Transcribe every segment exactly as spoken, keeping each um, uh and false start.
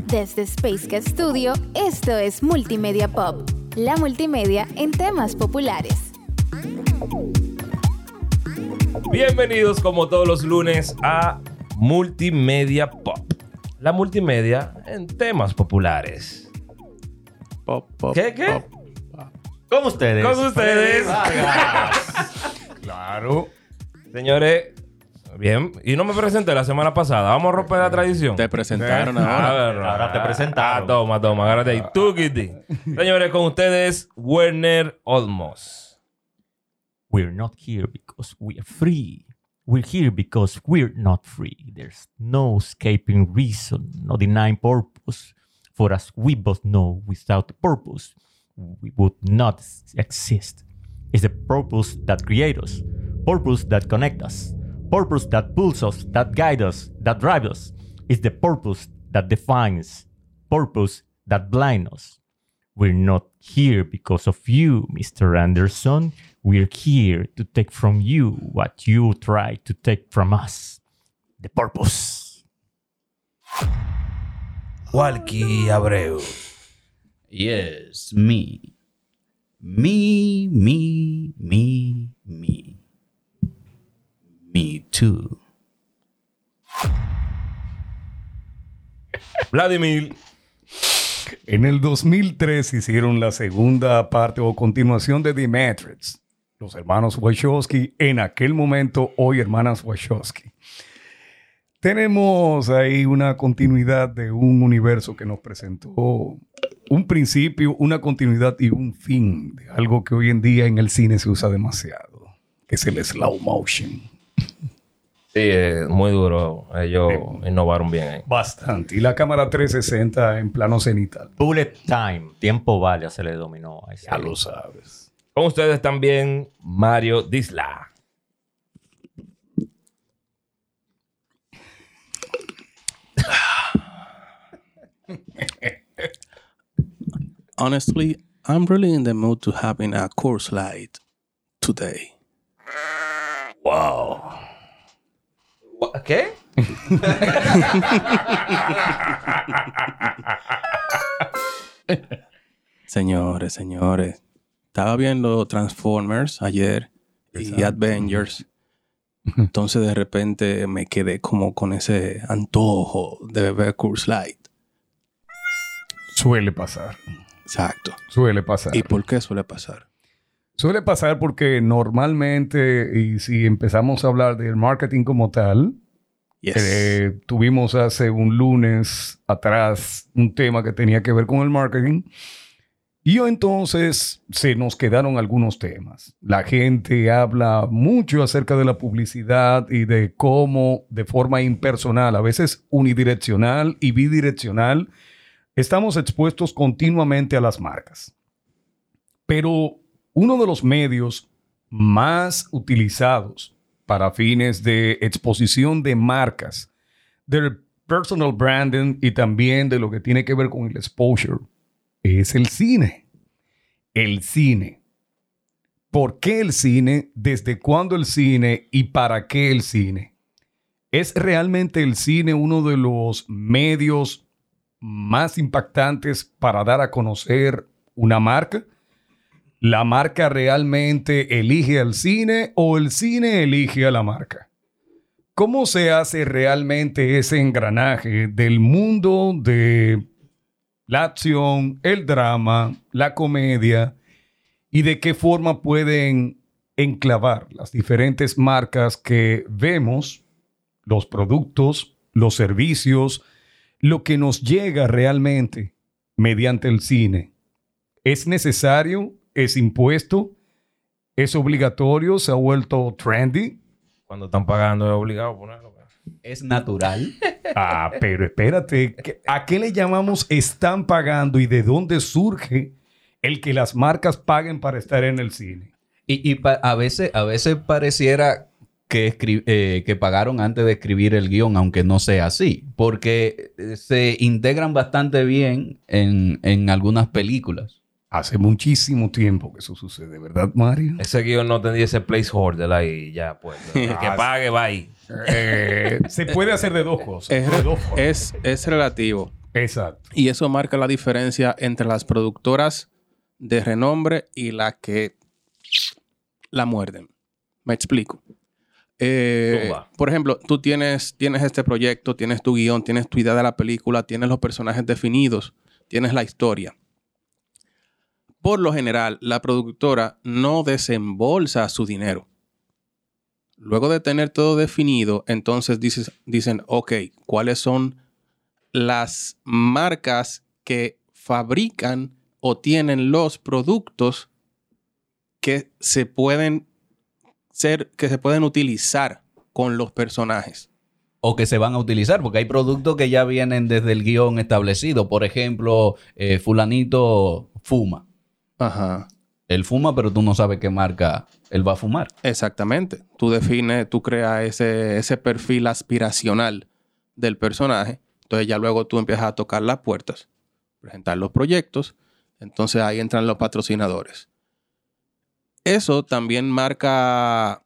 Desde Spacecat Studio, esto es Multimedia Pop, la multimedia en temas populares. Bienvenidos como todos los lunes a Multimedia Pop, la multimedia en temas populares. Pop, pop, ¿Qué, qué? Pop, pop. ¿Cómo ustedes? Con ustedes. Claro. Señores, bien. Y no me presenté la semana pasada. Vamos a romper la tradición. Te presentaron Ah, ahora. bueno. Ahora te presentaron. Ah, toma, toma. Agárrate ahí. Tú, Kitty. Señores, con ustedes, Werner Olmos. We're not here because we are free. We're here because we're not free. There's no escaping reason, no denying purpose. For as we both know, without purpose, we would not exist. It's the purpose that creates us, purpose that connects us, purpose that pulls us, that guides us, that drives us. It's the purpose that defines, purpose that blinds us. We're not here because of you, Mister Anderson. We're here to take from you what you try to take from us. The purpose. Walkie Abreu. Yes, me. Me, me, me, me. Me too. Vladimir. En el dos mil tres hicieron la segunda parte o continuación de The Matrix. Los hermanos Wachowski, en aquel momento, hoy hermanas Wachowski. Tenemos ahí una continuidad de un universo que nos presentó un principio, una continuidad y un fin de algo que hoy en día en el cine se usa demasiado, que es el slow motion. Sí, eh, muy duro. Ellos Sí. innovaron bien ahí. Bastante. Y la cámara trescientos sesenta en plano cenital. Bullet time. Tiempo vale, se le dominó a ese. Ya lo sabes. Con ustedes también, Mario Disla. Honestly, I'm really in the mood to having a course light today. Wow. ¿Qué? Señores, señores. Estaba viendo Transformers ayer y Avengers. Entonces de repente me quedé como con ese antojo de beber Coors Light. Suele pasar. Exacto. Suele pasar. ¿Y por qué suele pasar? Suele pasar porque normalmente, y si empezamos a hablar del marketing como tal, Yes. eh, tuvimos hace un lunes atrás un tema que tenía que ver con el marketing. Y entonces se nos quedaron algunos temas. La gente habla mucho acerca de la publicidad y de cómo de forma impersonal, a veces unidireccional y bidireccional, estamos expuestos continuamente a las marcas. Pero uno de los medios más utilizados para fines de exposición de marcas, del personal branding y también de lo que tiene que ver con el exposure, es el cine. El cine. ¿Por qué el cine? ¿Desde cuándo el cine? ¿Y para qué el cine? ¿Es realmente el cine uno de los medios más impactantes para dar a conocer una marca? ¿La marca realmente elige al cine o el cine elige a la marca? ¿Cómo se hace realmente ese engranaje del mundo de la acción, el drama, la comedia y de qué forma pueden enclavar las diferentes marcas que vemos, los productos, los servicios, lo que nos llega realmente mediante el cine? ¿Es necesario? ¿Es impuesto? ¿Es obligatorio? ¿Se ha vuelto trendy? Cuando están pagando es obligado a ponerlo. Es natural. Ah, pero espérate. ¿A qué le llamamos están pagando y de dónde surge el que las marcas paguen para estar en el cine? Y, y pa- a veces, a veces pareciera que, escri- eh, que pagaron antes de escribir el guión, aunque no sea así. Porque eh, se integran bastante bien en, en algunas películas. Hace muchísimo tiempo que eso sucede, ¿verdad, Mario? Ese guión no tendría ese placeholder ahí ya, pues. El que pague va ahí. Eh, se puede hacer de dos cosas. Es, de dos formas. es, es relativo. Exacto. Y eso marca la diferencia entre las productoras de renombre y las que la muerden. Me explico. Eh, por ejemplo, tú tienes, tienes este proyecto, tienes tu guión, tienes tu idea de la película, tienes los personajes definidos, tienes la historia. Por lo general, la productora no desembolsa su dinero. Luego de tener todo definido, entonces dices, dicen, ok, ¿cuáles son las marcas que fabrican o tienen los productos que se pueden ser, que se pueden utilizar con los personajes? O que se van a utilizar, porque hay productos que ya vienen desde el guión establecido. Por ejemplo, eh, fulanito fuma. Ajá. Él fuma, pero tú no sabes qué marca él va a fumar. Exactamente. Tú defines, tú creas ese, ese perfil aspiracional del personaje. Entonces ya luego tú empiezas a tocar las puertas, presentar los proyectos. Entonces ahí entran los patrocinadores. Eso también marca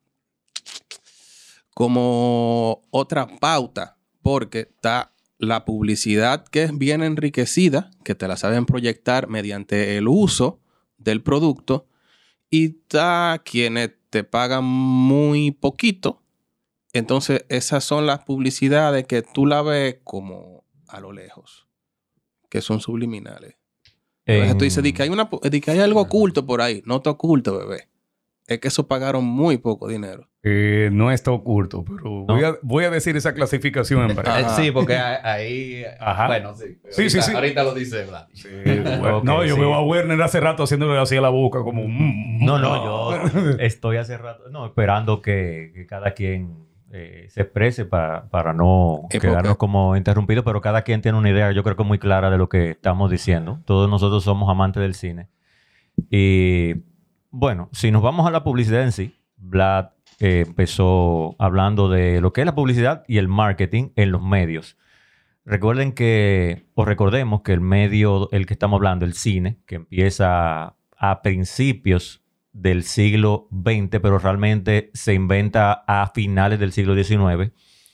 como otra pauta, porque está la publicidad que es bien enriquecida, que te la saben proyectar mediante el uso del producto, y está quienes te pagan muy poquito. Entonces esas son las publicidades que tú la ves como a lo lejos, que son subliminales. Entonces En- tú dices de que hay, una, de que hay algo oculto por ahí. No está oculto, bebé. Es que eso pagaron muy poco dinero. Eh, no está oculto, pero voy, a, voy a decir esa clasificación en verdad. Eh, Ajá. sí, porque a- ahí... Ajá. Bueno, sí. Sí, ahorita, sí, sí. Ahorita lo dice Vlad. Sí, bueno, Ok, no, yo sí. veo a Werner hace rato haciéndole así a la boca, como. mm, No, mm, no, yo estoy hace rato, no, esperando que, que cada quien eh, se exprese para, para no Eh, quedarnos porque- como interrumpidos, pero cada quien tiene una idea, yo creo que muy clara de lo que estamos diciendo. Todos nosotros somos amantes del cine. Y bueno, si nos vamos a la publicidad en sí, Vlad eh, empezó hablando de lo que es la publicidad y el marketing en los medios. Recuerden que, o recordemos que el medio, el que estamos hablando, el cine, que empieza a principios del siglo veinte, pero realmente se inventa a finales del siglo diecinueve,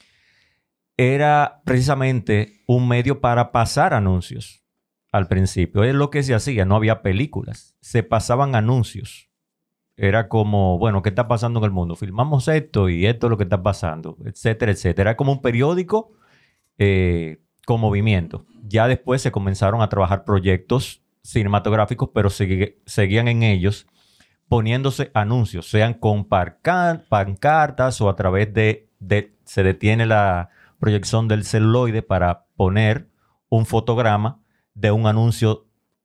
era precisamente un medio para pasar anuncios al principio. Es lo que se hacía, no había películas, se pasaban anuncios. Era como, bueno, ¿qué está pasando en el mundo? Filmamos esto y esto es lo que está pasando, etcétera, etcétera. Era como un periódico eh, con movimiento. Ya después se comenzaron a trabajar proyectos cinematográficos, pero segui- seguían en ellos poniéndose anuncios, sean con parca- pancartas o a través de, de... Se detiene la proyección del celuloide para poner un fotograma de un anuncio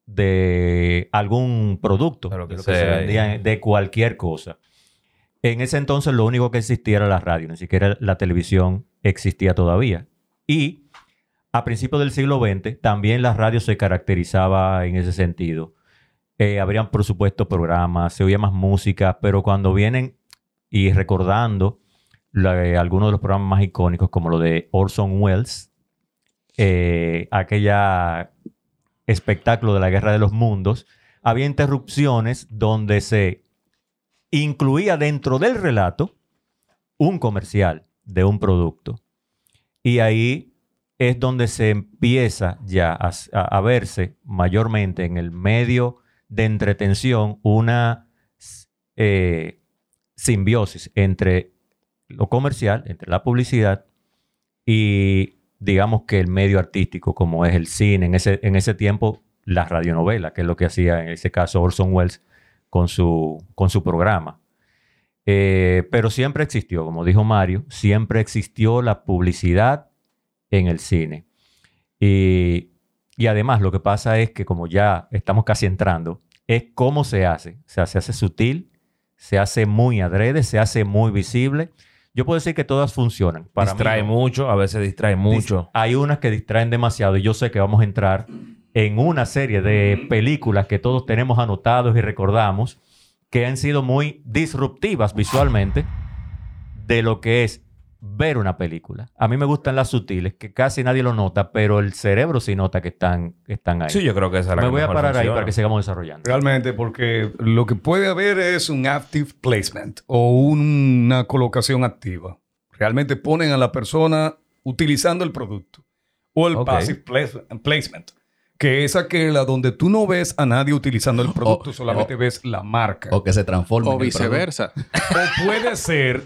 de algún producto, De lo que de, lo que se sea. vendía, de cualquier cosa. En ese entonces lo único que existía era la radio, ni siquiera la televisión existía todavía. Y a principios del siglo veinte también la radio se caracterizaba en ese sentido. Eh, habrían, por supuesto, programas, se oía más música, pero cuando vienen y recordando la- eh, algunos de los programas más icónicos, como lo de Orson Welles, eh, aquella espectáculo de la Guerra de los Mundos, había interrupciones donde se incluía dentro del relato un comercial de un producto. Y ahí es donde se empieza ya a, a- a verse mayormente en el medio de entretención una eh, simbiosis entre lo comercial, entre la publicidad y digamos que el medio artístico como es el cine. En ese, en ese tiempo la radionovela, que es lo que hacía en ese caso Orson Welles con su, con su programa. Eh, pero siempre existió, como dijo Mario, siempre existió la publicidad en el cine. Y, y además lo que pasa es que como ya estamos casi entrando, es cómo se hace. O sea, se hace sutil, se hace muy adrede, se hace muy visible. Yo puedo decir que todas funcionan. Para distrae mí, no. mucho, a veces distrae mucho. Dis- Hay unas que distraen demasiado y yo sé que vamos a entrar en una serie de películas que todos tenemos anotados y recordamos que han sido muy disruptivas visualmente de lo que es ver una película. A mí me gustan las sutiles, que casi nadie lo nota, pero el cerebro sí nota que están, que están ahí. Sí, yo creo que esa es la Me que voy a mejor parar ahí funciona. para que sigamos desarrollando. Realmente, porque lo que puede haber es un active placement o una colocación activa. Realmente ponen a la persona utilizando el producto. o el Okay. passive place- placement, que es aquella donde tú no ves a nadie utilizando el producto, O- solamente o- ves la marca. O que se transforme. O en el viceversa. O puede ser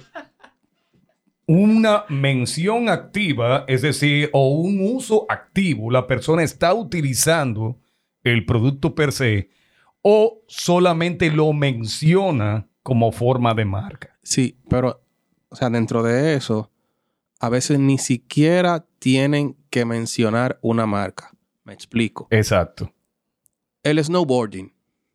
una mención activa, es decir, o un uso activo. La persona está utilizando el producto per se o solamente lo menciona como forma de marca. Sí, pero, o sea, dentro de eso, a veces ni siquiera tienen que mencionar una marca. Me explico. Exacto. El snowboarding.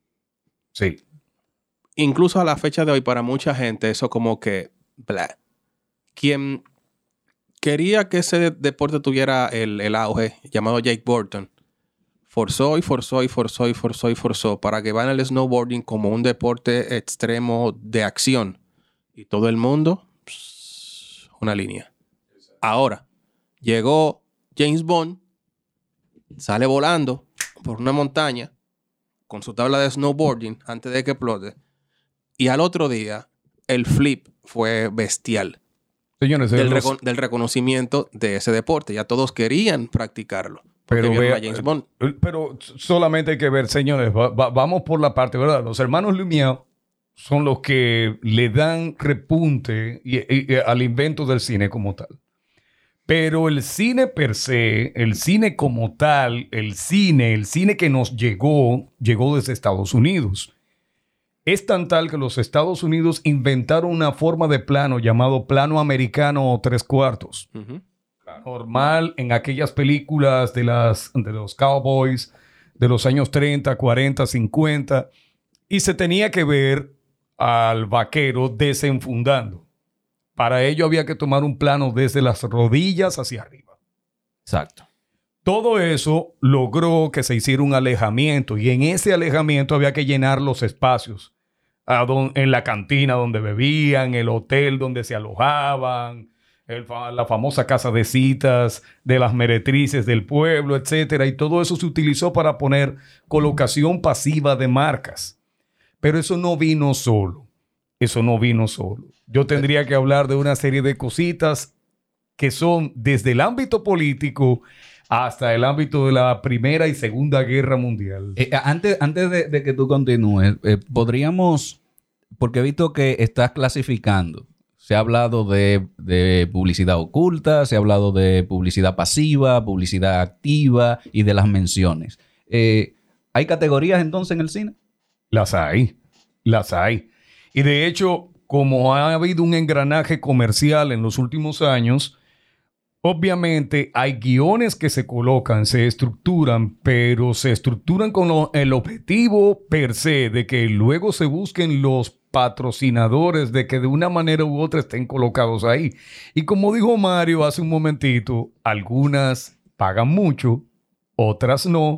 Sí. Incluso a la fecha de hoy, para mucha gente, eso como que... blah. Quien quería que ese deporte tuviera el, el auge, llamado Jake Burton, forzó y forzó y forzó y forzó y forzó para que vean el snowboarding como un deporte extremo de acción. Y todo el mundo, pss, una línea. Ahora, llegó James Bond, sale volando por una montaña con su tabla de snowboarding antes de que explote. Y al otro día, el flip fue bestial. Señores, Del, los- reco- del reconocimiento de ese deporte. Ya todos querían practicarlo. Porque pero, vieron vea- a James Bond. pero solamente hay que ver, señores, va- va- vamos por la parte, ¿verdad? Los hermanos Lumière son los que le dan repunte y- y- y al invento del cine como tal. Pero el cine per se, el cine como tal, el cine, el cine que nos llegó, llegó desde Estados Unidos. Es tan tal que los Estados Unidos inventaron una forma de plano llamado plano americano o tres cuartos. Ujú. Normal en aquellas películas de, las, de los cowboys de los años treinta, cuarenta, cincuenta. Y se tenía que ver al vaquero desenfundando. Para ello había que tomar un plano desde las rodillas hacia arriba. Exacto. Todo eso logró que se hiciera un alejamiento y en ese alejamiento había que llenar los espacios. A don- en la cantina donde bebían, el hotel donde se alojaban, el fa- la famosa casa de citas de las meretrices del pueblo, etcétera. Y todo eso se utilizó para poner colocación pasiva de marcas. Pero eso no vino solo. Eso no vino solo. Yo tendría que hablar de una serie de cositas que son desde el ámbito político hasta el ámbito de la Primera y Segunda Guerra Mundial. Eh, antes antes de, de que tú continúes, eh, podríamos, porque he visto que estás clasificando. Se ha hablado de, de publicidad oculta, se ha hablado de publicidad pasiva, publicidad activa y de las menciones. Eh, ¿Hay categorías entonces en el cine? Las hay, las hay. Y de hecho, como ha habido un engranaje comercial en los últimos años, obviamente hay guiones que se colocan, se estructuran, pero se estructuran con lo- el objetivo per se de que luego se busquen los patrocinadores, de que de una manera u otra estén colocados ahí. Y como dijo Mario hace un momentito, algunas pagan mucho, otras no,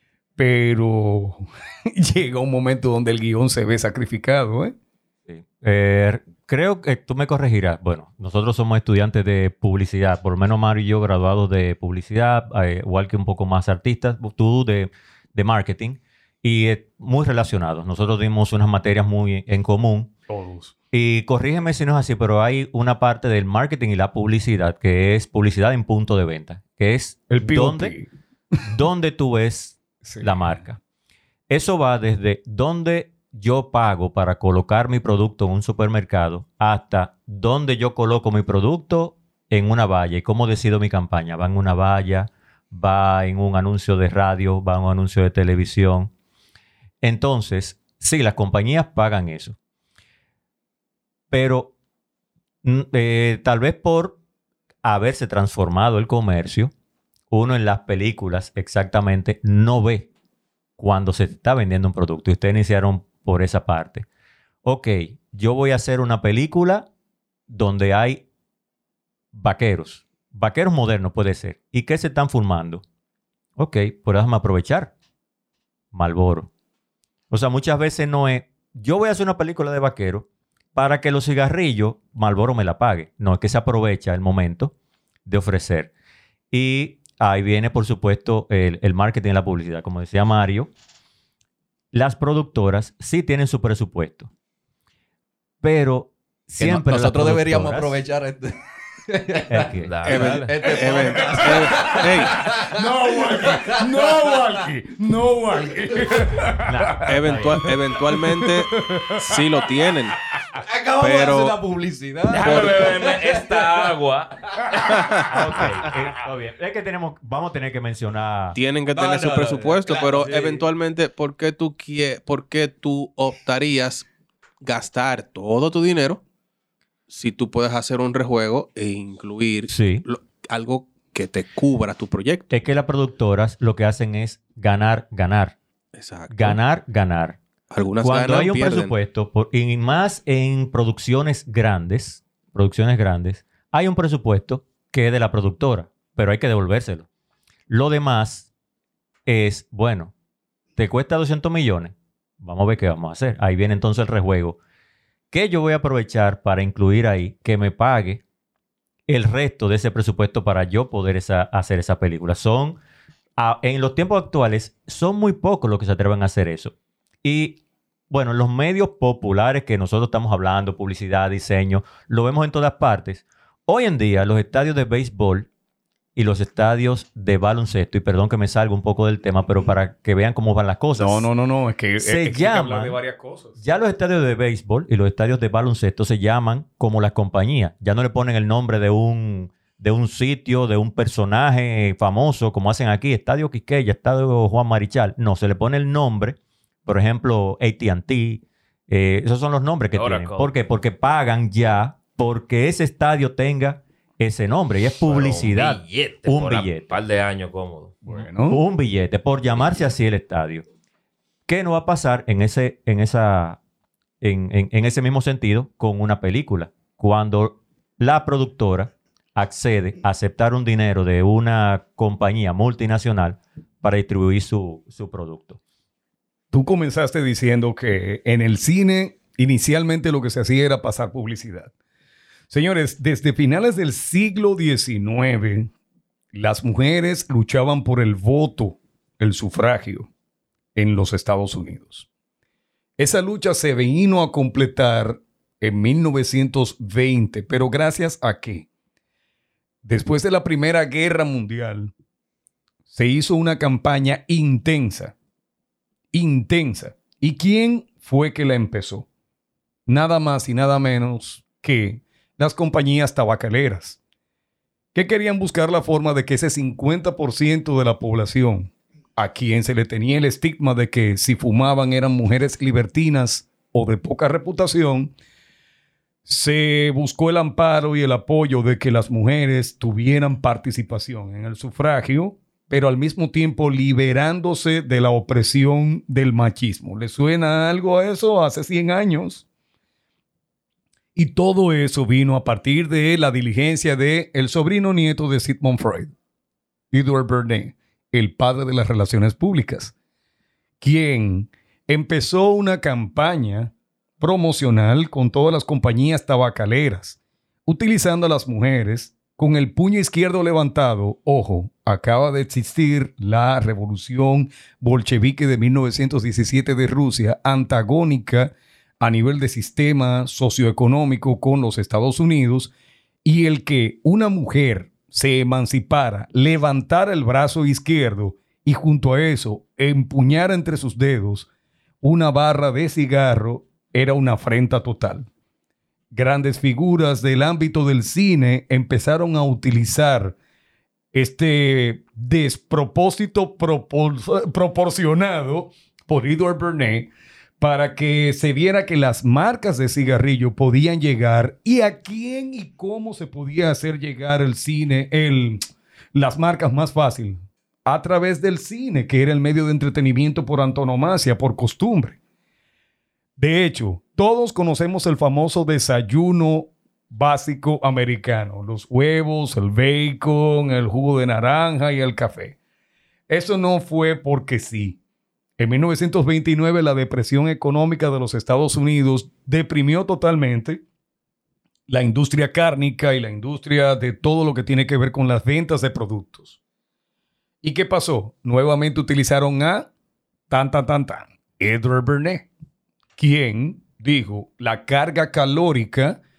pero llega un momento donde el guión se ve sacrificado, ¿eh? Sí. Eh, creo que tú me corregirás. Bueno, nosotros somos estudiantes de publicidad, por lo menos Mario y yo graduados de publicidad, eh, igual que un poco más artistas, tú de, de marketing, y eh, muy relacionados. Nosotros dimos unas materias muy en común. Todos. Y corrígeme si no es así, pero hay una parte del marketing y la publicidad que es publicidad en punto de venta, que es El P O P. donde, donde tú ves Sí. la marca. Eso va desde donde yo pago para colocar mi producto en un supermercado hasta donde yo coloco mi producto en una valla y cómo decido mi campaña. Va en una valla, va en un anuncio de radio, va en un anuncio de televisión. Entonces, sí, las compañías pagan eso. Pero mm, eh, tal vez por haberse transformado el comercio, uno en las películas exactamente no ve cuando se está vendiendo un producto. Y ustedes iniciaron por esa parte. Ok, yo voy a hacer una película donde hay vaqueros. Vaqueros modernos puede ser. ¿Y qué se están formando? Ok, pues déjame aprovechar. Marlboro. O sea, muchas veces no es, yo voy a hacer una película de vaqueros para que los cigarrillos, Marlboro me la pague. No, es que se aprovecha el momento de ofrecer. Y ahí viene, por supuesto, el, el marketing y la publicidad. Como decía Mario, las productoras sí tienen su presupuesto. Pero Que no- siempre las nosotros deberíamos productoras- aprovechar este. Es que- Dale, Even- dale. even- eh, No, Walkie. No, Walkie. No, Walkie. Nah, ey, eventual- eventualmente sí lo tienen. Acabamos Pero- de hacer la publicidad. Déjame beberme esta agua. ah, ok, eh, todo bien. Es que tenemos, vamos a tener que mencionar. Tienen que No, tener no, su no, presupuesto, claro, pero sí. eventualmente, ¿por qué tú quie- por qué tú optarías gastar todo tu dinero si tú puedes hacer un rejuego e incluir Sí. lo- algo que te cubra tu proyecto? Es que las productoras lo que hacen es ganar, ganar. Exacto. Ganar, ganar. Algunas Cuando ganan, hay un pierden. presupuesto, por- y más en producciones grandes, producciones grandes, hay un presupuesto que es de la productora, pero hay que devolvérselo. Lo demás es, bueno, te cuesta doscientos millones, vamos a ver qué vamos a hacer. Ahí viene entonces el rejuego. Que yo voy a aprovechar para incluir ahí que me pague el resto de ese presupuesto para yo poder esa- hacer esa película. Son, a- en los tiempos actuales, son muy pocos los que se atreven a hacer eso. Y bueno, los medios populares que nosotros estamos hablando, publicidad, diseño, lo vemos en todas partes. Hoy en día, los estadios de béisbol y los estadios de baloncesto, y perdón que me salga un poco del tema, pero para que vean cómo van las cosas. No, no, no, no. Es que, Se es que hay que hablar llaman- de varias cosas. Ya los estadios de béisbol y los estadios de baloncesto se llaman como las compañías. Ya no le ponen el nombre de un, de un sitio, de un personaje famoso, como hacen aquí, Estadio Quisqueya, Estadio Juan Marichal. No, se le pone el nombre, por ejemplo, A T and T. Eh, esos son los nombres que Oracle. tienen. ¿Por qué? Porque pagan ya porque ese estadio tenga ese nombre y es publicidad. Un billete. Un por a- billete. par de años cómodo. Bueno. Un billete por llamarse así el estadio. ¿Qué no va a pasar en ese, en esa, en, en- en ese mismo sentido con una película? Cuando la productora accede a aceptar un dinero de una compañía multinacional para distribuir su, su producto. Tú comenzaste diciendo que en el cine inicialmente lo que se hacía era pasar publicidad. Señores, desde finales del siglo diecinueve, las mujeres luchaban por el voto, el sufragio en los Estados Unidos. Esa lucha se vino a completar en mil novecientos veinte, pero ¿gracias a qué? Después de la Primera Guerra Mundial, se hizo una campaña intensa, intensa. ¿Y quién fue que la empezó? Nada más y nada menos que las compañías tabacaleras, que querían buscar la forma de que ese cincuenta por ciento de la población, a quien se le tenía el estigma de que si fumaban eran mujeres libertinas o de poca reputación, se buscó el amparo y el apoyo de que las mujeres tuvieran participación en el sufragio, pero al mismo tiempo liberándose de la opresión del machismo. ¿Le suena algo a eso hace cien años? Y todo eso vino a partir de la diligencia de el sobrino nieto de Sigmund Freud, Edward Bernays, el padre de las relaciones públicas, quien empezó una campaña promocional con todas las compañías tabacaleras, utilizando a las mujeres con el puño izquierdo levantado. Ojo, acaba de existir la revolución bolchevique de mil novecientos diecisiete de Rusia, antagónica a nivel de sistema socioeconómico con los Estados Unidos, y el que una mujer se emancipara, levantara el brazo izquierdo y junto a eso empuñara entre sus dedos una barra de cigarro era una afrenta total. Grandes figuras del ámbito del cine empezaron a utilizar este despropósito propor- proporcionado por Edward Bernays para que se viera que las marcas de cigarrillo podían llegar y a quién y cómo se podía hacer llegar el cine, el, las marcas más fácil, a través del cine, que era el medio de entretenimiento por antonomasia, por costumbre. De hecho, todos conocemos el famoso desayuno básico americano, los huevos, el bacon, el jugo de naranja y el café. Eso no fue porque sí. En mil novecientos veintinueve, la depresión económica de los Estados Unidos deprimió totalmente la industria cárnica y la industria de todo lo que tiene que ver con las ventas de productos. ¿Y qué pasó? Nuevamente utilizaron a tan, tan, tan, tan, Edward Bernays, quien dijo, la carga calórica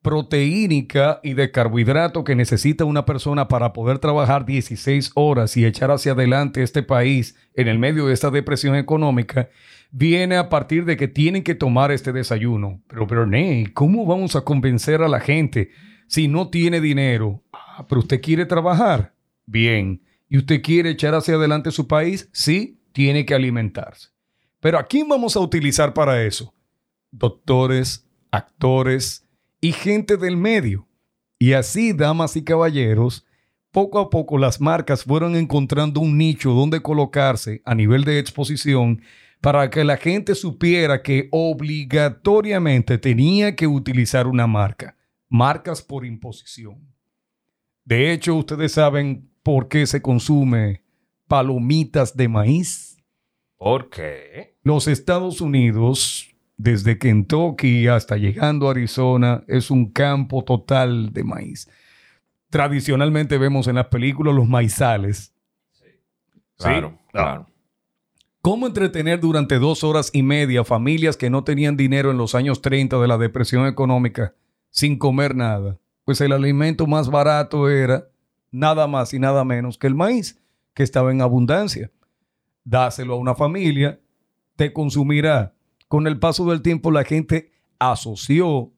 proteínica y de carbohidrato que necesita una persona para poder trabajar dieciséis horas y echar hacia adelante este país en el medio de esta depresión económica, viene a partir de que tienen que tomar este desayuno. Pero, Bernie, ¿cómo vamos a convencer a la gente si no tiene dinero? Ah, pero usted quiere trabajar. Bien. ¿Y usted quiere echar hacia adelante su país? Sí, tiene que alimentarse. Pero ¿a quién vamos a utilizar para eso? Doctores, actores y gente del medio. Y así, damas y caballeros, poco a poco las marcas fueron encontrando un nicho donde colocarse a nivel de exposición para que la gente supiera que obligatoriamente tenía que utilizar una marca. Marcas por imposición. De hecho, ustedes saben por qué se consume palomitas de maíz. ¿Por qué? Los Estados Unidos, desde Kentucky hasta llegando a Arizona, es un campo total de maíz. Tradicionalmente vemos en las películas los maizales. Sí. Claro, ¿Sí? claro. ¿Cómo entretener durante dos horas y media familias que no tenían dinero en los años treinta de la depresión económica sin comer nada? Pues el alimento más barato era nada más y nada menos que el maíz, que estaba en abundancia. Dáselo a una familia, te consumirá. Con el paso del tiempo la gente asoció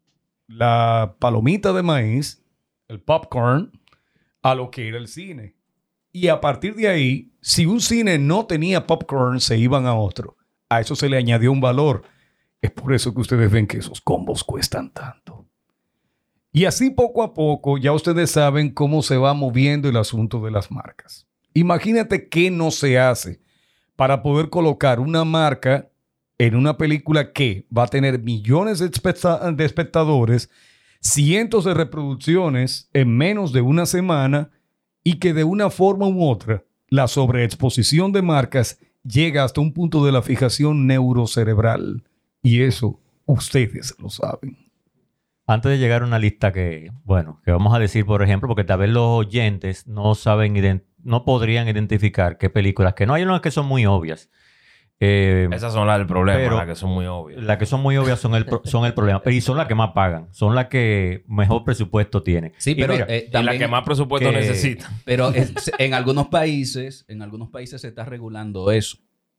la palomita de maíz, el popcorn, a lo que era el cine. Y a partir de ahí, si un cine no tenía popcorn, se iban a otro. A eso se le añadió un valor. Es por eso que ustedes ven que esos combos cuestan tanto. Y así poco a poco ya ustedes saben cómo se va moviendo el asunto de las marcas. Imagínate qué no se hace para poder colocar una marca en una película que va a tener millones de, especta- de espectadores, cientos de reproducciones en menos de una semana y que de una forma u otra la sobreexposición de marcas llega hasta un punto de la fijación neurocerebral. Y eso ustedes lo saben. Antes de llegar a una lista que, bueno, que vamos a decir, por ejemplo, porque tal vez los oyentes no saben, ident- no podrían identificar qué películas, que no hay unas que son muy obvias. Eh, Esas son las del problema, pero las que son muy obvias. Las que son muy obvias son el, pro- son el problema, pero y son las que más pagan, son las que mejor presupuesto tienen. Sí, Y pero mira, eh, Y también, las que más presupuesto que- necesitan. pero es- en algunos países, en algunos países se está regulando eso.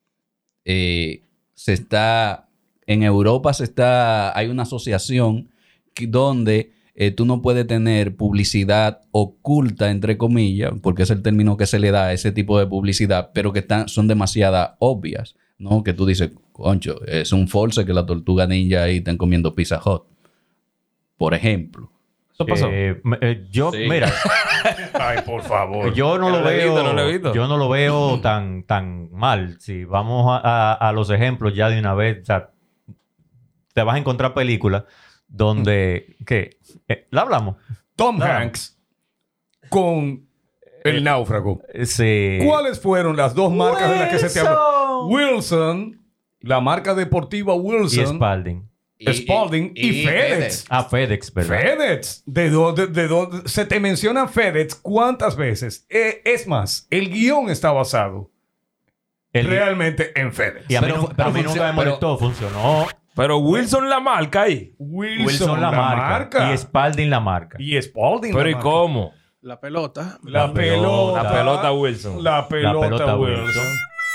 Eh, se está, en Europa se está, hay una asociación que- donde eh, tú no puedes tener publicidad oculta, entre comillas, porque es el término que se le da a ese tipo de publicidad, pero que están, son demasiadas obvias, ¿no? Que tú dices, concho, es un false que la tortuga ninja ahí están comiendo Pizza Hut, por ejemplo. ¿Eso pasó? eh, me- eh, yo, Sí. mira, Ay, por favor. yo no No lo lo he veo, visto, no lo he visto. yo no lo veo tan, tan mal. Si vamos a, a- a los ejemplos ya de una vez, o sea, te vas a encontrar películas donde, ¿qué? Eh, ¿La hablamos? Tom No. Hanks con El Náufrago. Eh, Sí. ¿Cuáles fueron las dos marcas de las que se te habló? Wilson, la marca deportiva Y Wilson, Spalding. Spalding y, FedEx. Ah, FedEx, ¿verdad? FedEx. ¿De dónde, de dónde se te menciona FedEx cuántas veces? Eh, es más, el guión está basado El- realmente en FedEx. Y a mí, Pero- nu- pero a mí funcio- nunca me molestó, funcionó. Pero Wilson la marca ahí. Wilson, Wilson la, marca, y Spalding la marca. Y Spalding Pero la ¿y marca. cómo? La pelota. La, La pelota. La pelota Wilson. La pelota, pelota Wilson. Wilson.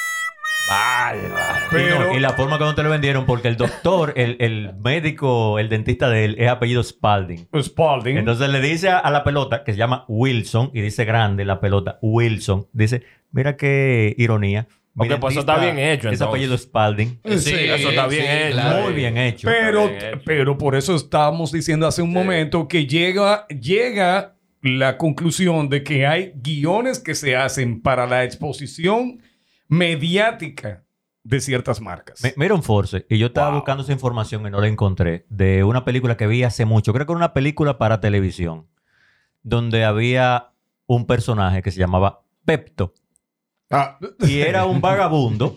Bárbaro. Y, Pero- no, y la forma que no te lo vendieron, porque el doctor, el, el médico, el dentista de él es apellido Spalding. Spalding. Entonces le dice a, a la pelota, que se llama Wilson, y dice grande la pelota, Wilson. Dice, mira qué ironía. Mi Ok, pues eso está dentista bien hecho, Es entonces. apellido Spalding. Sí, eso está bien hecho. claro. Muy bien hecho. Pero, Está bien hecho. pero por eso estábamos diciendo hace un momento que llega, llega la conclusión de que hay guiones que se hacen para la exposición mediática de ciertas marcas. Me- Mira un Force, y yo estaba Wow. buscando esa información y no la encontré, de una película que vi hace mucho, creo que era una película para televisión, donde había un personaje que se llamaba Pepto, Ah, y era un vagabundo,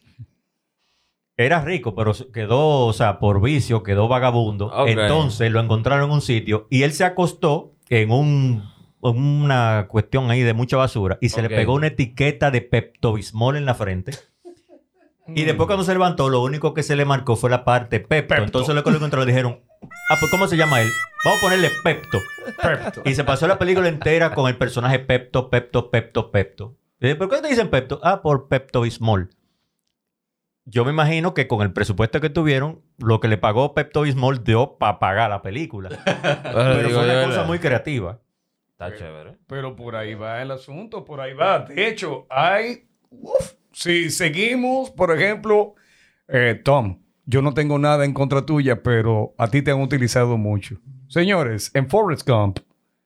era rico, pero se- quedó, o sea, por vicio, quedó vagabundo, Ok. entonces lo encontraron en un sitio, y él se acostó en un... en una cuestión ahí de mucha basura, y se Ok. le pegó una etiqueta de Pepto-Bismol en la frente. Y después cuando se levantó, lo único que se le marcó fue la parte Pepto. Pepto. Entonces lo que lo encontraron le dijeron, Ah, pues ¿cómo se llama él? Vamos a ponerle Pepto. Pepto. Y se pasó la película entera con el personaje Pepto, Pepto, Pepto, Pepto. Y dije, ¿por qué te dicen Pepto? Ah, por Pepto Bismol. Yo me imagino que con el presupuesto que tuvieron, lo que le pagó Pepto Bismol dio para pagar la película. Pero digo fue una yo, cosa la- muy creativa. Está chévere. Pero por ahí va el asunto, por ahí va. De hecho, hay... uf, si seguimos, por ejemplo, eh, Tom, yo no tengo nada en contra tuya, pero a ti te han utilizado mucho. Señores, en Forrest Gump,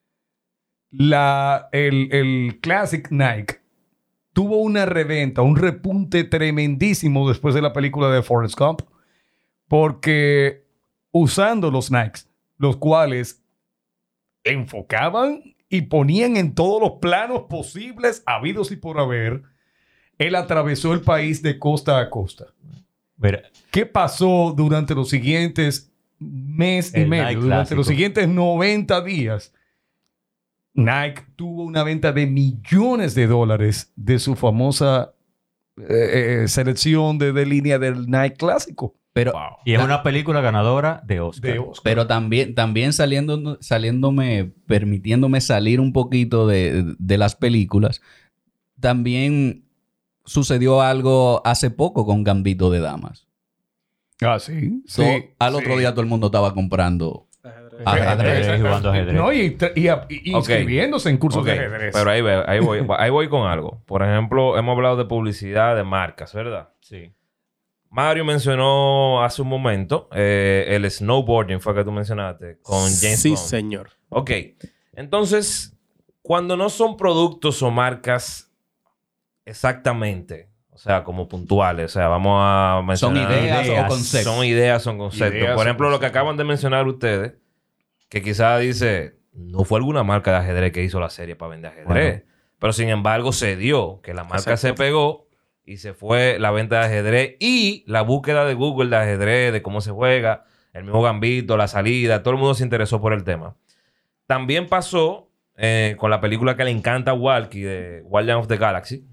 la, el, el Classic Nike tuvo una reventa, un repunte tremendísimo después de la película de Forrest Gump, porque usando los Nikes, los cuales enfocaban y ponían en todos los planos posibles, habidos y por haber, él atravesó el país de costa a costa. Mira, ¿Qué pasó durante los siguientes mes y El medio? Nike Durante clásico. los siguientes noventa días, Nike tuvo una venta de millones de dólares de su famosa eh, eh, selección de, de línea del Nike clásico. Pero, y es una película ganadora de Oscar. De Oscar. pero también, también saliendo, saliéndome, permitiéndome salir un poquito de, de las películas, también sucedió algo hace poco con Gambito de Damas. Ah, sí. So, sí, al otro sí. día todo el mundo estaba comprando ajedrez. Ajedrez, jugando ajedrez. No, y, tra- y, a- y Ok. inscribiéndose en cursos Ok, de ajedrez. pero ahí, ve- ahí, voy, ahí voy con algo. Por ejemplo, hemos hablado de publicidad de marcas, ¿verdad? Sí. Mario mencionó hace un momento eh, el snowboarding, fue que tú mencionaste, con James Sí, Bond. señor. Ok. Entonces, cuando no son productos o marcas exactamente, o sea, como puntuales, o sea, vamos a Son mencionar... ideas, ideas. o conceptos. Son ideas, son conceptos. Ideas, Por ejemplo, son lo que acaban de mencionar ustedes, que quizás dice, no fue alguna marca de ajedrez que hizo la serie para vender ajedrez. Bueno. Pero sin embargo, se dio que la marca Exacto. se pegó y se fue la venta de ajedrez y la búsqueda de Google de ajedrez, de cómo se juega, el mismo gambito, la salida, todo el mundo se interesó por el tema. También pasó eh, con la película que le encanta a Walkie de Guardian of the Galaxy.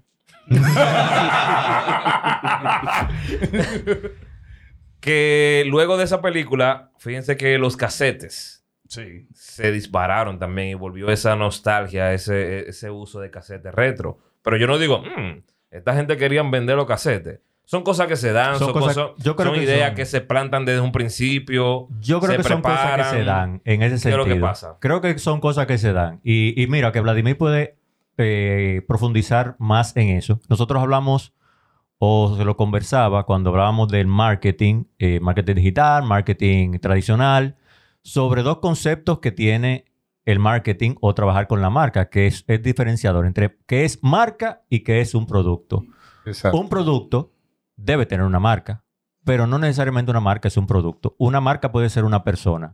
Que luego de esa película, fíjense que los casetes Sí. se dispararon también y volvió esa nostalgia, ese, ese uso de casetes retro. Pero yo no digo, "Mm, esta gente querían vender los casetes". Son cosas que se dan, son, Son cosas- cosas, yo creo son que ideas son- que se plantan desde un principio. Yo creo se que son cosas que preparan. se dan en ese ¿Qué es sentido. lo que pasa? Creo que son cosas que se dan. Y, y mira, que Vladimir puede eh, profundizar más en eso. Nosotros hablamos, o se lo conversaba, cuando hablábamos del marketing, eh, marketing digital, marketing tradicional, sobre dos conceptos que tiene el marketing o trabajar con la marca, que es, es diferenciador entre qué es marca y qué es un producto. Exacto. Un producto debe tener una marca, pero no necesariamente una marca es un producto. Una marca puede ser una persona.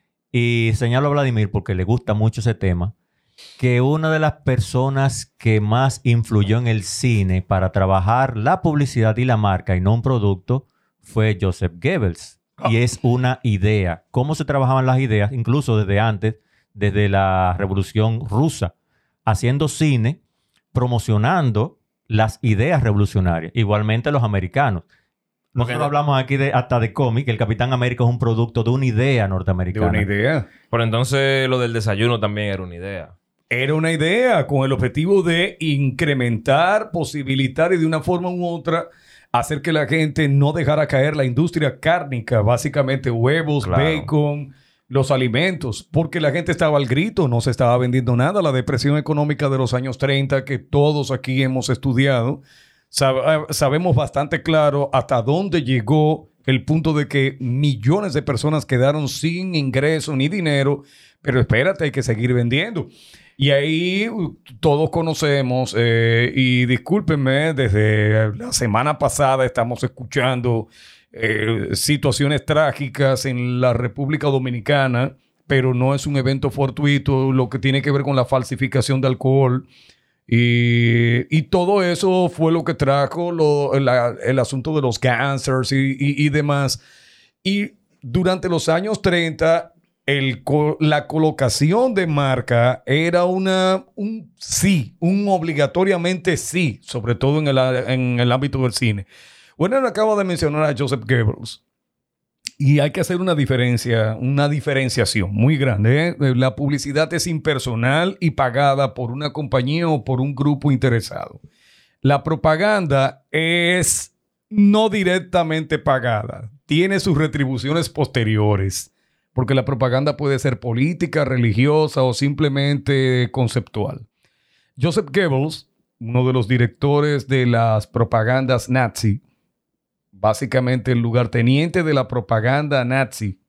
Y señalo a Vladimir porque le gusta mucho ese tema, que una de las personas que más influyó en el cine para trabajar la publicidad y la marca y no un producto fue Joseph Goebbels. Y es una idea. ¿Cómo se trabajaban las ideas? Incluso desde antes, desde la Revolución Rusa, haciendo cine, promocionando las ideas revolucionarias. Igualmente los americanos. Nosotros Porque- hablamos aquí de, hasta de cómic. El Capitán América es un producto de una idea De norteamericana. una idea. Pero entonces lo del desayuno también era una idea. Era una idea con el objetivo de incrementar, posibilitar y de una forma u otra hacer que la gente no dejara caer la industria cárnica, básicamente huevos, Claro. bacon, los alimentos, porque la gente estaba al grito, no se estaba vendiendo nada. La depresión económica de los años treinta que todos aquí hemos estudiado, sab- sabemos bastante claro hasta dónde llegó el punto de que millones de personas quedaron sin ingreso ni dinero, pero espérate, hay que seguir vendiendo. Y ahí uh, todos conocemos, eh, y discúlpenme, desde la semana pasada estamos escuchando eh, situaciones trágicas en la República Dominicana, pero no es un evento fortuito, lo que tiene que ver con la falsificación de alcohol. Y, y todo eso fue lo que trajo lo- la- el asunto de los gangsters y, y- y demás. Y durante los años treinta, el co- la colocación de marca era una, un sí, un obligatoriamente sí, sobre todo en el, a- en el ámbito del cine. Bueno, acabo de mencionar a Joseph Goebbels. Y hay que hacer una diferencia, una diferenciación muy grande. ¿eh? La publicidad es impersonal y pagada por una compañía o por un grupo interesado. La propaganda es no directamente pagada. Tiene sus retribuciones posteriores. Porque la propaganda puede ser política, religiosa o simplemente conceptual. Joseph Goebbels, uno de los directores de las propagandas nazi, básicamente el lugarteniente de la propaganda nazi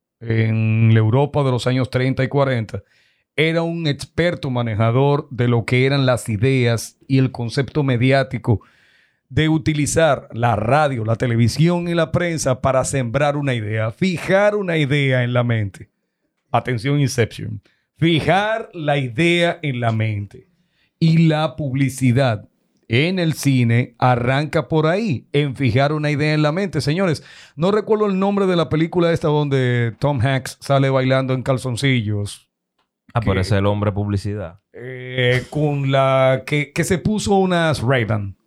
en la Europa de los años treinta y cuarenta, era un experto manejador de lo que eran las ideas y el concepto mediático de utilizar la radio, la televisión y la prensa para sembrar una idea, fijar una idea en la mente. Atención, Inception. Fijar la idea en la mente. Y la publicidad en el cine arranca por ahí, en fijar una idea en la mente. Señores, no recuerdo el nombre de la película esta donde Tom Hanks sale bailando en calzoncillos. Ah, que, pero ese es el hombre publicidad. Eh, con la... Que, que se puso unas Ray-Ban.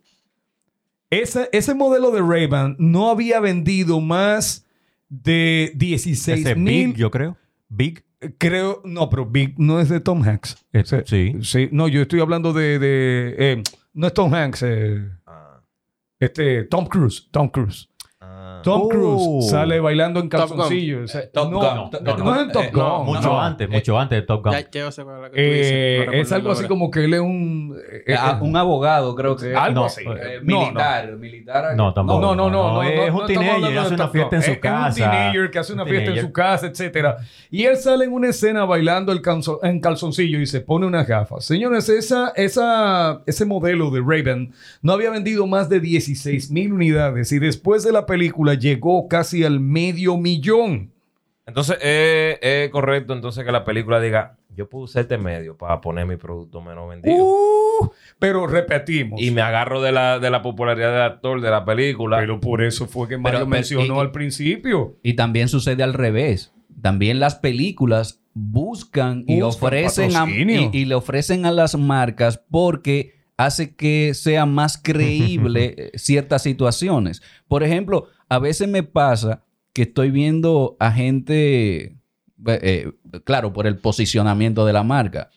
Ese, ese modelo de Ray-Ban no había vendido más de dieciséis mil... Big, yo creo. Big. Creo... No, pero Big no es de Tom Hanks. Eh, O sea, sí. Sí, no, yo estoy hablando de... de eh, no es Tom Hanks. Eh, Ah, este, Tom Cruise. Tom Cruise. ah. Tom Oh. Cruise sale bailando en Top calzoncillos. O sea, Top no, Gun. no, Top- no, no, no es en Top eh, Gun. no, Mucho no. antes, mucho antes de Top Gun. Ya, ya yo sé cuál es la que tú Eh, dices. No es recuerdo algo así ahora. como que él es un... eh, Ah, eh, un abogado, creo que. algo no, así. Eh, No, militar, militar. No, tampoco. No, no, no, no, es no, un no estamos teenager, hablando hace de una Top fiesta Gun. en su Es casa. un teenager que hace una Un fiesta en teenager. su casa, etcétera. Y él sale en una escena bailando el canso- en calzoncillo y se pone unas gafas. Señores, esa, esa, ese modelo de Ray-Ban no había vendido más de dieciséis mil unidades y después de la película llegó casi al medio millón. Entonces, ¿es es correcto entonces que la película diga, yo puedo usar este medio para poner mi producto menos vendido? Uh, pero repetimos. Y me agarro de la, de la popularidad del actor de la película. Pero por eso fue que Mario Pero- pero- mencionó y- al principio. Y también sucede al revés. También las películas buscan y Buscan ofrecen a, patrocinio. y, y le ofrecen a las marcas porque hace que sea más creíble eh, ciertas situaciones. Por ejemplo, a veces me pasa que estoy viendo a gente, eh, eh, claro, por el posicionamiento de la marca,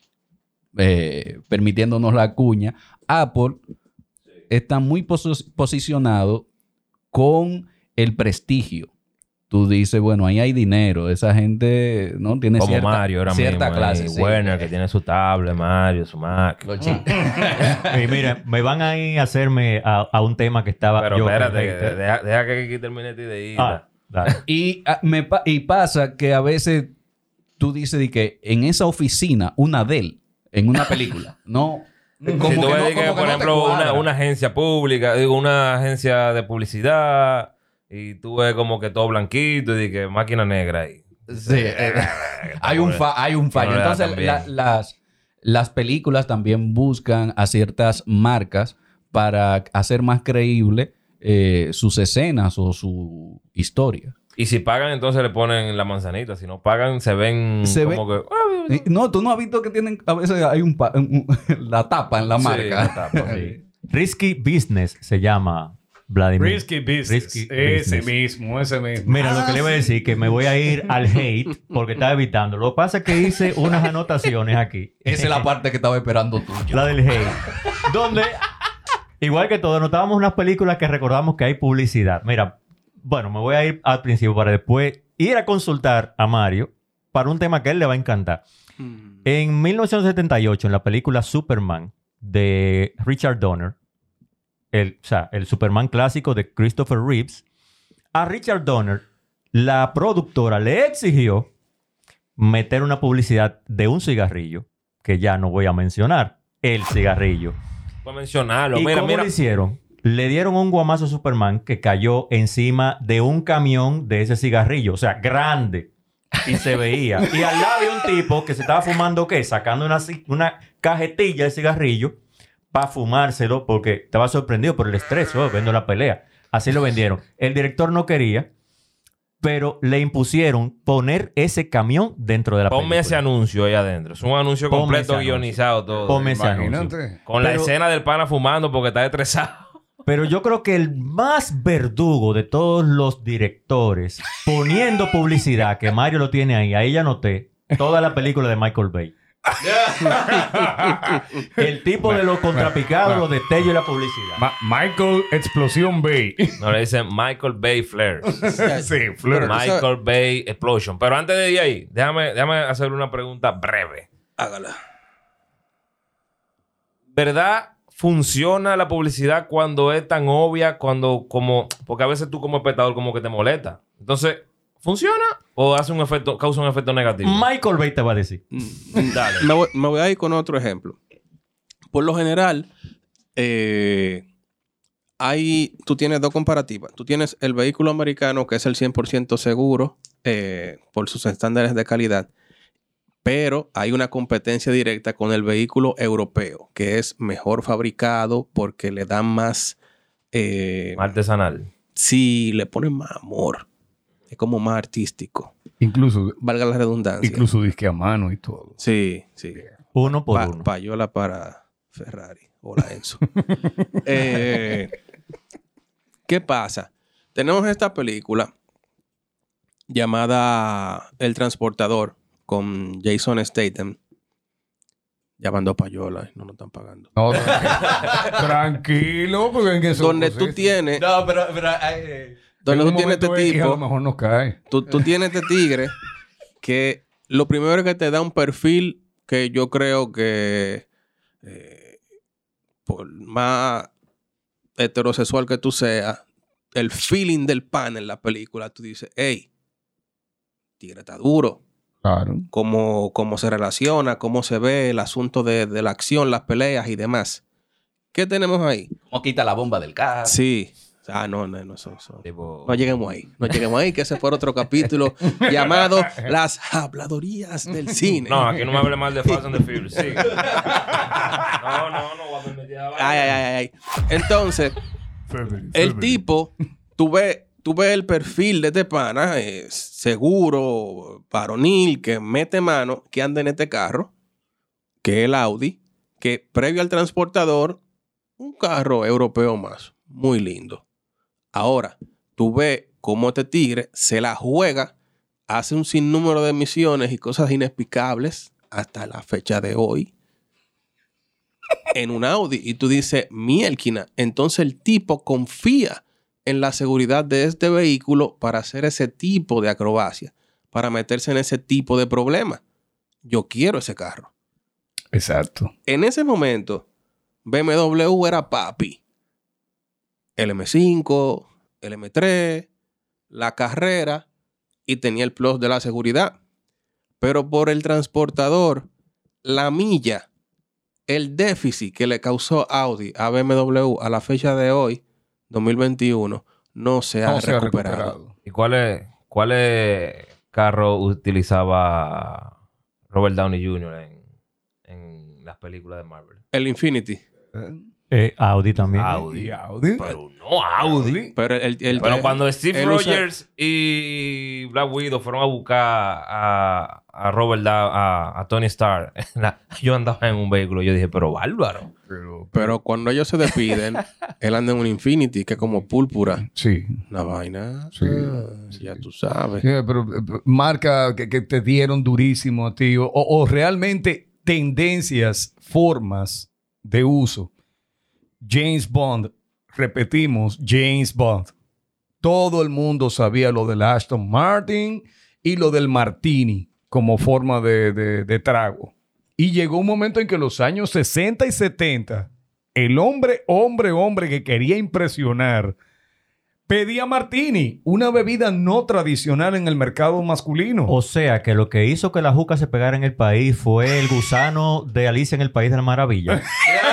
eh, permitiéndonos la cuña, Apple está muy posi- posicionado con el prestigio. Tú dices, bueno, ahí hay dinero. Esa gente no tiene Como cierta, Mario ahora cierta mismo. clase. ahí, sí. Werner, que tiene su tablet, Mario, su Mac. Los chicos. Y mira, me van a ir a hacerme a, a un tema que estaba Pero yo espérate, que- que- deja, deja que aquí termine esta ideita. Ah, dale. Y, ah, me pa- y pasa que a veces tú dices de que en esa oficina, una de él, en una película, no... Como si tú que ves no- que, como que por no te ejemplo, una, cuadra. una agencia pública, digo, una agencia de publicidad, y tú ves como que todo blanquito y que máquina negra ahí. Sí, eh, hay, un fa- hay un fallo. No le da Entonces, tan bien. la- las, las películas también buscan a ciertas marcas para hacer más creíble eh, sus escenas o su historia. Y si pagan, entonces le ponen la manzanita. Si no pagan, se ven Se como que... ah, Eh, No, tú no has visto que tienen, a veces hay un, pa- un- la tapa en la Sí, marca. la tapa, Sí. Risky Business se llama Vladimir. Risky business. Risky ese business. mismo, ese mismo. Mira, lo que le voy a decir que me voy a ir al hate porque estaba evitando. Lo que pasa es que hice unas anotaciones aquí. Esa es la parte que estaba esperando tú. La del hate. Donde, igual que todo, notábamos unas películas que recordamos que hay publicidad. Mira, bueno, me voy a ir al principio para después ir a consultar a Mario para un tema que a él le va a encantar. Mm. En mil novecientos setenta y ocho, en la película Superman de Richard Donner, el, o sea, el Superman clásico de Christopher Reeves, a Richard Donner, la productora le exigió meter una publicidad de un cigarrillo, que ya no voy a mencionar, el cigarrillo. Voy a mencionarlo. ¿Y Mira, cómo mira. lo hicieron? Le dieron un guamazo a Superman que cayó encima de un camión de ese cigarrillo, o sea, grande. Y se veía. Y al lado había un tipo que se estaba fumando, ¿qué? Sacando una, ci- una cajetilla de cigarrillo para fumárselo porque estaba sorprendido por el estrés, oh, viendo la pelea. Así lo vendieron. El director no quería, pero le impusieron poner ese camión dentro de la Ponme película. ese anuncio ahí adentro. Es un anuncio Ponme completo, ese anuncio. guionizado todo. Ponme ese anuncio. Imagínate. Con la Pero- escena del pana fumando porque está estresado. Pero yo creo que el más verdugo de todos los directores poniendo publicidad, que Mario lo tiene ahí, ahí ya noté toda la película de Michael Bay. El tipo de los contrapicados, los destellos y la publicidad. Ma- Michael Explosión Bay. No, le dicen Michael Bay Flares. Sí, Fleur. Michael Bay Explosion. Pero antes de ir ahí, déjame, déjame hacer una pregunta breve. Hágala. ¿Verdad funciona la publicidad cuando es tan obvia? Cuando como... Porque a veces tú como espectador como que te molesta. Entonces, ¿funciona? ¿O hace un efecto, causa un efecto negativo? Michael Bay te va a decir. Dale. Me voy, me voy a ir con otro ejemplo. Por lo general, eh, hay, tú tienes dos comparativas. Tú tienes el vehículo americano, que es el cien por ciento seguro eh, por sus estándares de calidad. Pero hay una competencia directa con el vehículo europeo, que es mejor fabricado porque le dan más... Eh, Artesanal. sí, le ponen más amor. Es como más artístico. Incluso, Valga la redundancia. incluso disque a mano y todo. Sí, sí. Uno por Pa- uno. Payola para Ferrari. Hola, Enzo. Eh, ¿Qué pasa? Tenemos esta película llamada El Transportador con Jason Statham. Llamando Payola. No nos están pagando. No, tranquilo, tranquilo, porque en eso... Donde pues, tú es- tienes... No, pero... pero eh, Donde en tú un tienes este momento X, a lo tipo... mejor nos cae. Tú, tú tienes este tigre que lo primero es que te da un perfil que yo creo que eh, por más heterosexual que tú seas, el feeling del pan en la película, tú dices, hey, tigre está duro. Claro. Cómo, cómo se relaciona, cómo se ve el asunto de, de la acción, las peleas y demás. ¿Qué tenemos ahí? ¿Cómo quita la bomba del carro? Sí. Ah, no, no, no, eso, eso. Tipo... No lleguemos ahí. No lleguemos ahí, que ese fue otro capítulo llamado Las habladorías del cine. No, aquí no me hable mal de Fast and the Furious. Sí. No, no, no. Voy a meter a Ay, ay, ay, ay. Entonces, el tipo, tú ves, tú ves el perfil de este pana, eh, seguro, varonil, que mete mano, que anda en este carro, que es el Audi, que previo al transportador, un carro europeo más. Muy lindo. Ahora, tú ves cómo este tigre se la juega, hace un sinnúmero de misiones y cosas inexplicables hasta la fecha de hoy en un Audi. Y tú dices, mielquina. Entonces el tipo confía en la seguridad de este vehículo para hacer ese tipo de acrobacia, para meterse en ese tipo de problema. Yo quiero ese carro. Exacto. En ese momento, B M W era papi. El M cinco, el M tres, la carrera y tenía el plus de la seguridad. Pero por el transportador, la milla, el déficit que le causó Audi a B M W a la fecha de hoy, dos mil veintiuno, no se ha No se ha recuperado. recuperado. ¿Y cuáles cuáles carros utilizaba Robert Downey junior en, en las películas de Marvel? El Infinity. eh, Audi también. Audi. Y Audi. Pero no Audi. Pero el, el- Pero el- cuando Steve él usa- Rogers y Black Widow fueron a buscar a, a Robert Da- a, a Tony Stark, la- yo andaba en un vehículo y yo dije, pero bárbaro. Pero, Pero cuando ellos se despiden, él anda en un Infinity que es como púrpura. sí. Una vaina. Sí, ah, ya tú sabes. Sí, pero eh, marca que, que te dieron durísimo a ti o, o realmente tendencias, formas de uso. James Bond, repetimos, James Bond. Todo el mundo sabía lo del Aston Martin y lo del Martini como forma de, de- de trago. Y llegó un momento en que en los años sesenta y setenta, el hombre, hombre, hombre que quería impresionar pedía Martini, una bebida no tradicional en el mercado masculino. O sea, que lo que hizo que la juca se pegara en el país fue el gusano de Alicia en el País de la Maravilla.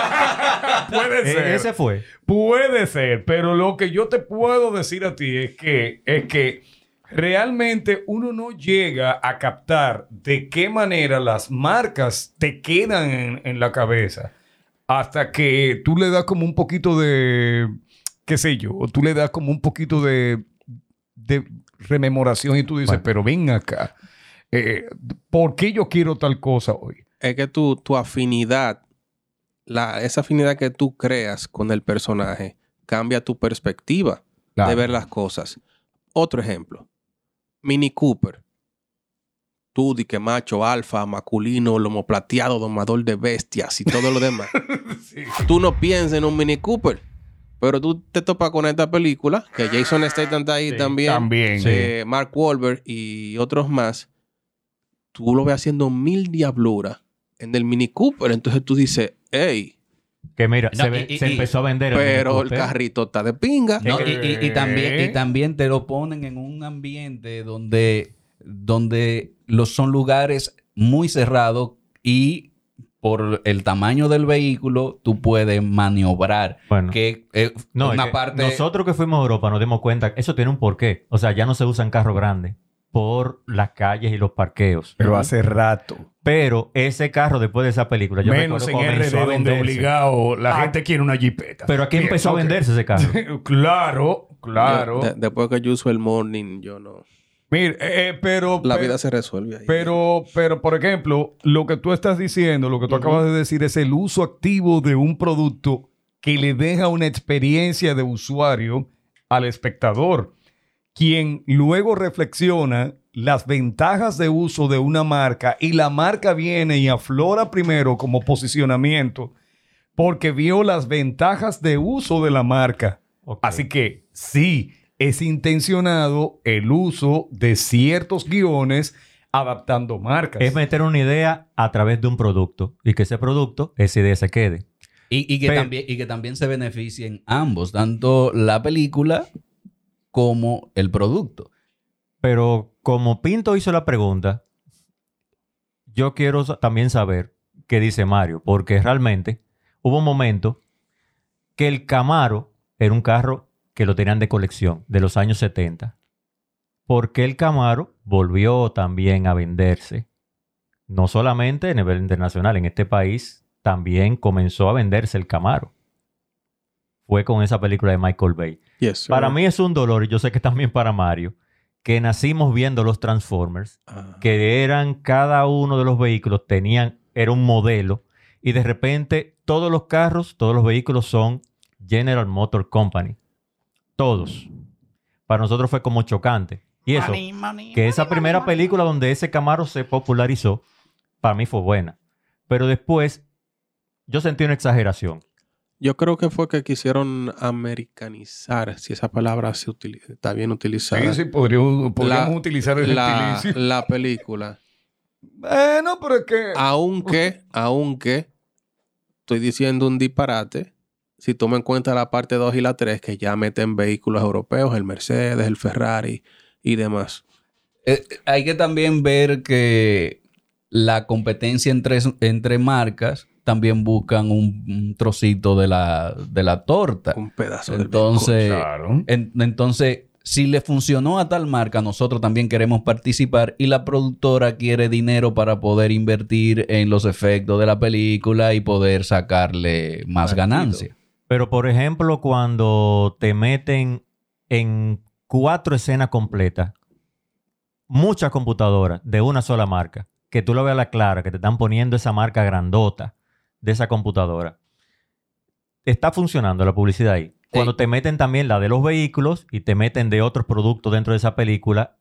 Puede E- ser. ese fue. Puede ser, pero lo que yo te puedo decir a ti es que, es que realmente uno no llega a captar de qué manera las marcas te quedan en, en la cabeza hasta que tú le das como un poquito de, qué sé yo, o tú le das como un poquito de, de rememoración y tú dices, Bueno. pero ven acá, eh, ¿por qué yo quiero tal cosa hoy? Es que tu, tu afinidad, la, esa afinidad que tú creas con el personaje, cambia tu perspectiva Claro. de ver las cosas. Otro ejemplo. Mini Cooper. Tú, di que macho, alfa, masculino, lomo plateado, domador de bestias y todo lo demás. Sí. Tú no piensas en un Mini Cooper. Pero tú te topas con esta película, que Jason Statham está ahí Sí, también. también. eh, Mark Wahlberg y otros más. Tú lo ves haciendo mil diabluras en el Mini Cooper. Entonces tú dices, hey, Que mira, No, se, ve- y- y- se y- empezó a vender el Mini pero el Cooper. carrito está de pinga. No, y, y- y también, ¿Qué? y también te lo ponen en un ambiente donde, donde los, son lugares muy cerrados y por el tamaño del vehículo tú puedes maniobrar. Bueno. Que es No, una es que parte... nosotros que fuimos a Europa nos dimos cuenta que eso tiene un porqué. O sea, ya no se usan carros grandes por las calles y los parqueos. Pero hace rato. Pero ese carro, después de esa película, yo Menos en recuerdo R comenzó D, a donde venderse. obligado la Ah, gente quiere una jipeta. Pero aquí Bien, empezó ok. a venderse ese carro. Claro, claro. Yo, de- después que yo uso el morning, yo no. Mira, eh, eh, pero... La pe- vida se resuelve ahí. Pero, pero, por ejemplo, lo que tú estás diciendo, lo que tú Ujú. acabas de decir, es el uso activo de un producto que le deja una experiencia de usuario al espectador, quien luego reflexiona las ventajas de uso de una marca y la marca viene y aflora primero como posicionamiento porque vio las ventajas de uso de la marca. Ok. Así que sí, es intencionado el uso de ciertos guiones adaptando marcas. Es meter una idea a través de un producto y que ese producto, esa idea se quede. Y, y que Pero- también, y que también se beneficien ambos, tanto la película como el producto. Pero como Pinto hizo la pregunta, yo quiero sa- también saber qué dice Mario, porque realmente hubo un momento que el Camaro era un carro que lo tenían de colección de los años setenta. Porque el Camaro volvió también a venderse. No solamente a nivel internacional, en este país también comenzó a venderse el Camaro. Fue con esa película de Michael Bay. Yes, sir. Para mí es un dolor, y yo sé que también para Mario, que nacimos viendo los Transformers, Ah. que eran cada uno de los vehículos, tenían, era un modelo, y de repente todos los carros, todos los vehículos son General Motor Company. Todos. Para nosotros fue como chocante. Y eso, que esa primera película donde ese Camaro se popularizó, para mí fue buena. Pero después, yo sentí una exageración. Yo creo que fue que quisieron americanizar, si esa palabra se utiliza, está bien utilizada. Sí, sí, podría- podríamos La- utilizar el la, gentilicio. la película. Bueno, pero es que... Aunque, aunque estoy diciendo un disparate, si toma en cuenta la parte dos y la tres, que ya meten vehículos europeos, el Mercedes, el Ferrari y demás. Eh, hay que también ver que la competencia entre, entre marcas también buscan un, un trocito de la, de la torta. Un pedazo de Entonces, Claro. en- entonces, si le funcionó a tal marca, nosotros también queremos participar y la productora quiere dinero para poder invertir en los efectos de la película y poder sacarle más Partido. ganancia. Pero, por ejemplo, cuando te meten en cuatro escenas completas, muchas computadoras de una sola marca, que tú lo veas a la clara, que te están poniendo esa marca grandota de esa computadora, está funcionando la publicidad ahí. Cuando Sí. te meten también la de los vehículos y te meten de otros productos dentro de esa película,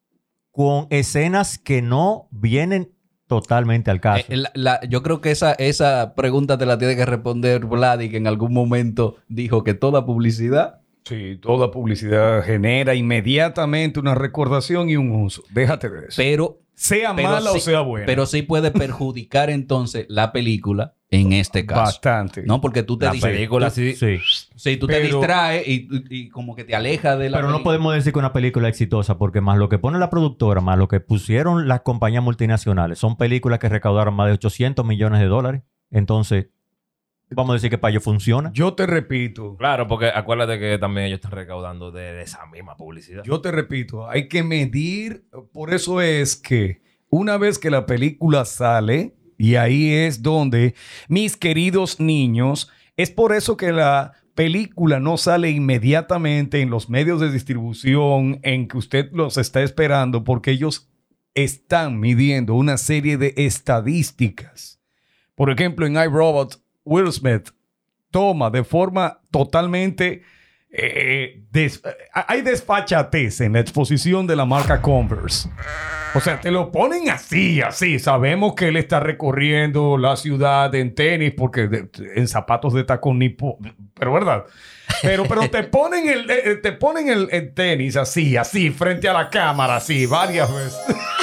con escenas que no vienen totalmente al caso. Eh, la- la- yo creo que esa, esa pregunta te la tiene que responder Vladi, que en algún momento dijo que toda publicidad... Sí, toda publicidad genera inmediatamente una recordación y un uso. Déjate de eso. Pero, sea pero mala sí- o sea buena. pero sí puede perjudicar entonces la película en este caso. Bastante. No, porque tú te La dis- película tú- sí. Sí. Sí, tú te Pero- distraes y, y como que te alejas de la Pero no película. podemos decir que una película es exitosa, porque más lo que pone la productora, más lo que pusieron las compañías multinacionales, son películas que recaudaron más de ochocientos millones de dólares. Entonces, vamos a decir que para ellos funciona. Yo te repito, Claro, porque acuérdate que también ellos están recaudando de, de esa misma publicidad. yo te repito, hay que medir, por eso es que una vez que la película sale, y ahí es donde, mis queridos niños, es por eso que la película no sale inmediatamente en los medios de distribución en que usted los está esperando, porque ellos están midiendo una serie de estadísticas. Por ejemplo, en iRobot, Will Smith toma de forma totalmente eh, des- hay desfachatez en la exposición de la marca Converse. O sea, te lo ponen así, así. Sabemos que él está recorriendo la ciudad en tenis, porque de- en zapatos de tacón ni... po- pero verdad. Pero, pero te ponen, el, eh, te ponen el, el tenis así, así, frente a la cámara, así, varias veces.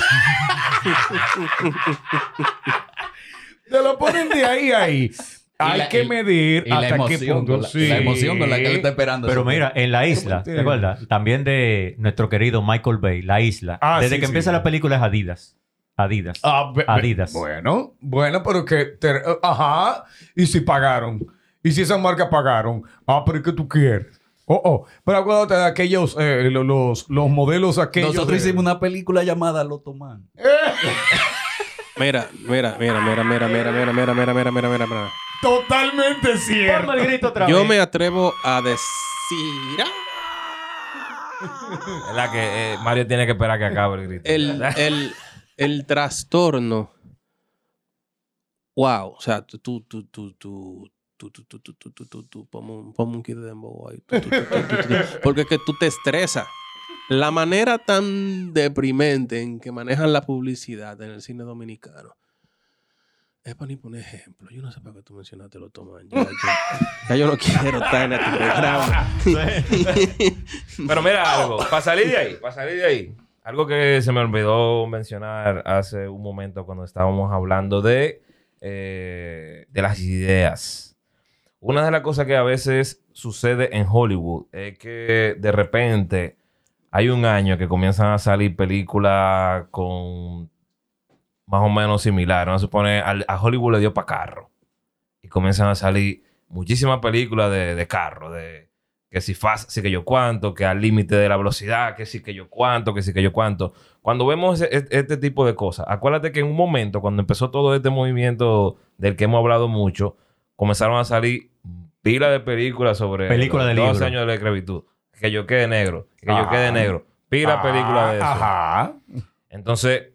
Te lo ponen de ahí a ahí. Hay la- que y- medir y la hasta qué emoción punto. con la- Sí. la emoción con la que él está esperando. Pero eso. mira, en La Isla, ¿Cómo ¿te acuerdas? También de nuestro querido Michael Bay, La Isla. Ah, Desde sí, que sí. empieza la película es Adidas. Adidas. Ah, be- be- Adidas. Bueno, bueno, pero que... te- ajá. ¿Y si pagaron? ¿Y si esas marcas pagaron? Ah, pero ¿qué tú quieres? Oh, oh. Pero acuérdate de aquellos... eh, lo- los, los modelos aquellos... Nosotros de- hicimos una película llamada Lotoman. Mira, mira, mira, mira, mira, mira, mira, mira, mira, mira, mira, mira, mira. Totalmente cierto. Ponme el grito otra Yo vez. me atrevo a decir Es la que eh, Mario tiene que esperar que acabe el grito. el, el, el trastorno. Wow. O sea, tú, tú, tú, tú, tú, tú, tú, tú, tú, tú, tú, tú, tú, ponme un, ponme un kit de dembow ahí. Tú, tú, tú, tú, tú, tú. Porque es que tú te estresas. La manera tan deprimente en que manejan la publicidad en el cine dominicano. Es para ni poner ejemplo. Yo no sé para qué tú mencionaste los toman. Ya, yo, ya yo no quiero estar en este programa. Pero mira algo, para salir de ahí, para salir de ahí, algo que se me olvidó mencionar hace un momento cuando estábamos hablando de, eh, de las ideas. Una de las cosas que a veces sucede en Hollywood es que de repente hay un año que comienzan a salir películas con más o menos similares. Vamos a suponer, al- a Hollywood le dio para carro. Y comienzan a salir muchísimas películas de, de carro, de que si fast, sí que yo cuánto, que al límite de la velocidad, que sí que yo cuánto, que sí que yo cuánto. Cuando vemos e- e- este tipo de cosas, acuérdate que en un momento, cuando empezó todo este movimiento del que hemos hablado mucho, comenzaron a salir pila de películas sobre Película Eh, de los dos libro. años de la esclavitud. Que yo quede negro, que yo Ah. quede negro. Pila Ah, película de eso. Ajá. Entonces,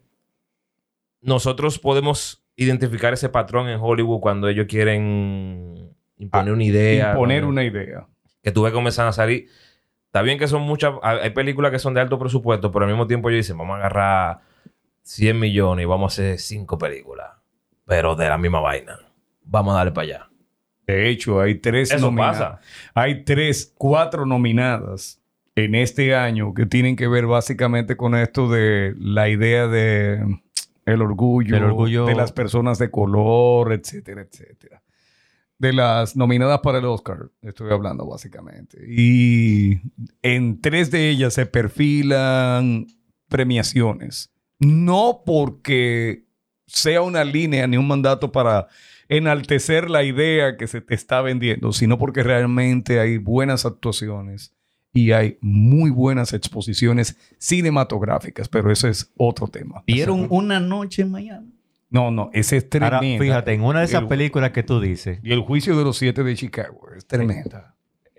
nosotros podemos identificar ese patrón en Hollywood cuando ellos quieren imponer una idea. Imponer cuando- una idea. que tú ves que comienzan a salir. Está bien que son muchas... Hay hay películas que son de alto presupuesto, pero al mismo tiempo ellos dicen, vamos a agarrar cien millones y vamos a hacer cinco películas. Pero de la misma vaina. Vamos a darle para allá. De hecho, hay tres Eso nominadas. pasa. Hay tres, cuatro nominadas en este año que tienen que ver básicamente con esto de la idea de el orgullo, Del orgullo. de las personas de color, etcétera, etcétera. De las nominadas para el Oscar, estoy hablando básicamente. Y en tres de ellas se perfilan premiaciones. No porque sea una línea ni un mandato para enaltecer la idea que se te está vendiendo, sino porque realmente hay buenas actuaciones y hay muy buenas exposiciones cinematográficas, pero ese es otro tema. ¿Vieron Una Noche en Miami? No, no, ese es Ahora, tremenda. fíjate, en una de esas El- películas que tú dices, Y el juicio de los siete de Chicago es tremenda.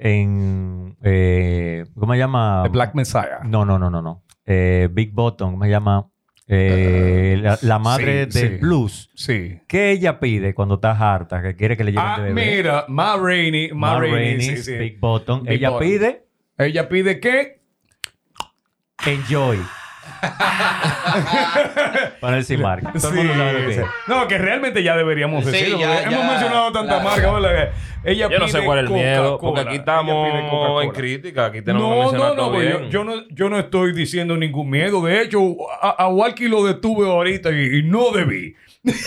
en... eh, ¿cómo se llama? The Black Messiah. No, no, no, no, no. Eh, Big Bottom, ¿cómo se llama? Eh, la, la madre sí, del sí. blues. Sí. ¿Qué ella pide cuando está harta? Que quiere que le lleven Ah, de bebé. mira, Ma Rainey, Ma Ma Rainey, Rainey, sí, sí. Big Bottom. Big ella Bottom. pide Ella pide qué? enjoy. Para el sin marca. Todo el mundo Sí, sabe lo que sí. es. No, que realmente ya deberíamos Sí, decirlo. ya, porque ya, hemos mencionado tantas la- marcas. ¿Verdad? Ella Yo no sé pide cuál es el miedo, porque Coca-Cola. aquí Ella estamos pide Coca-Cola. en crítica. Aquí tenemos que No, mencionar no, no, todo pues yo, bien. yo no, yo no estoy diciendo ningún miedo. De hecho, a, a Walkie lo detuve ahorita y, y no debí.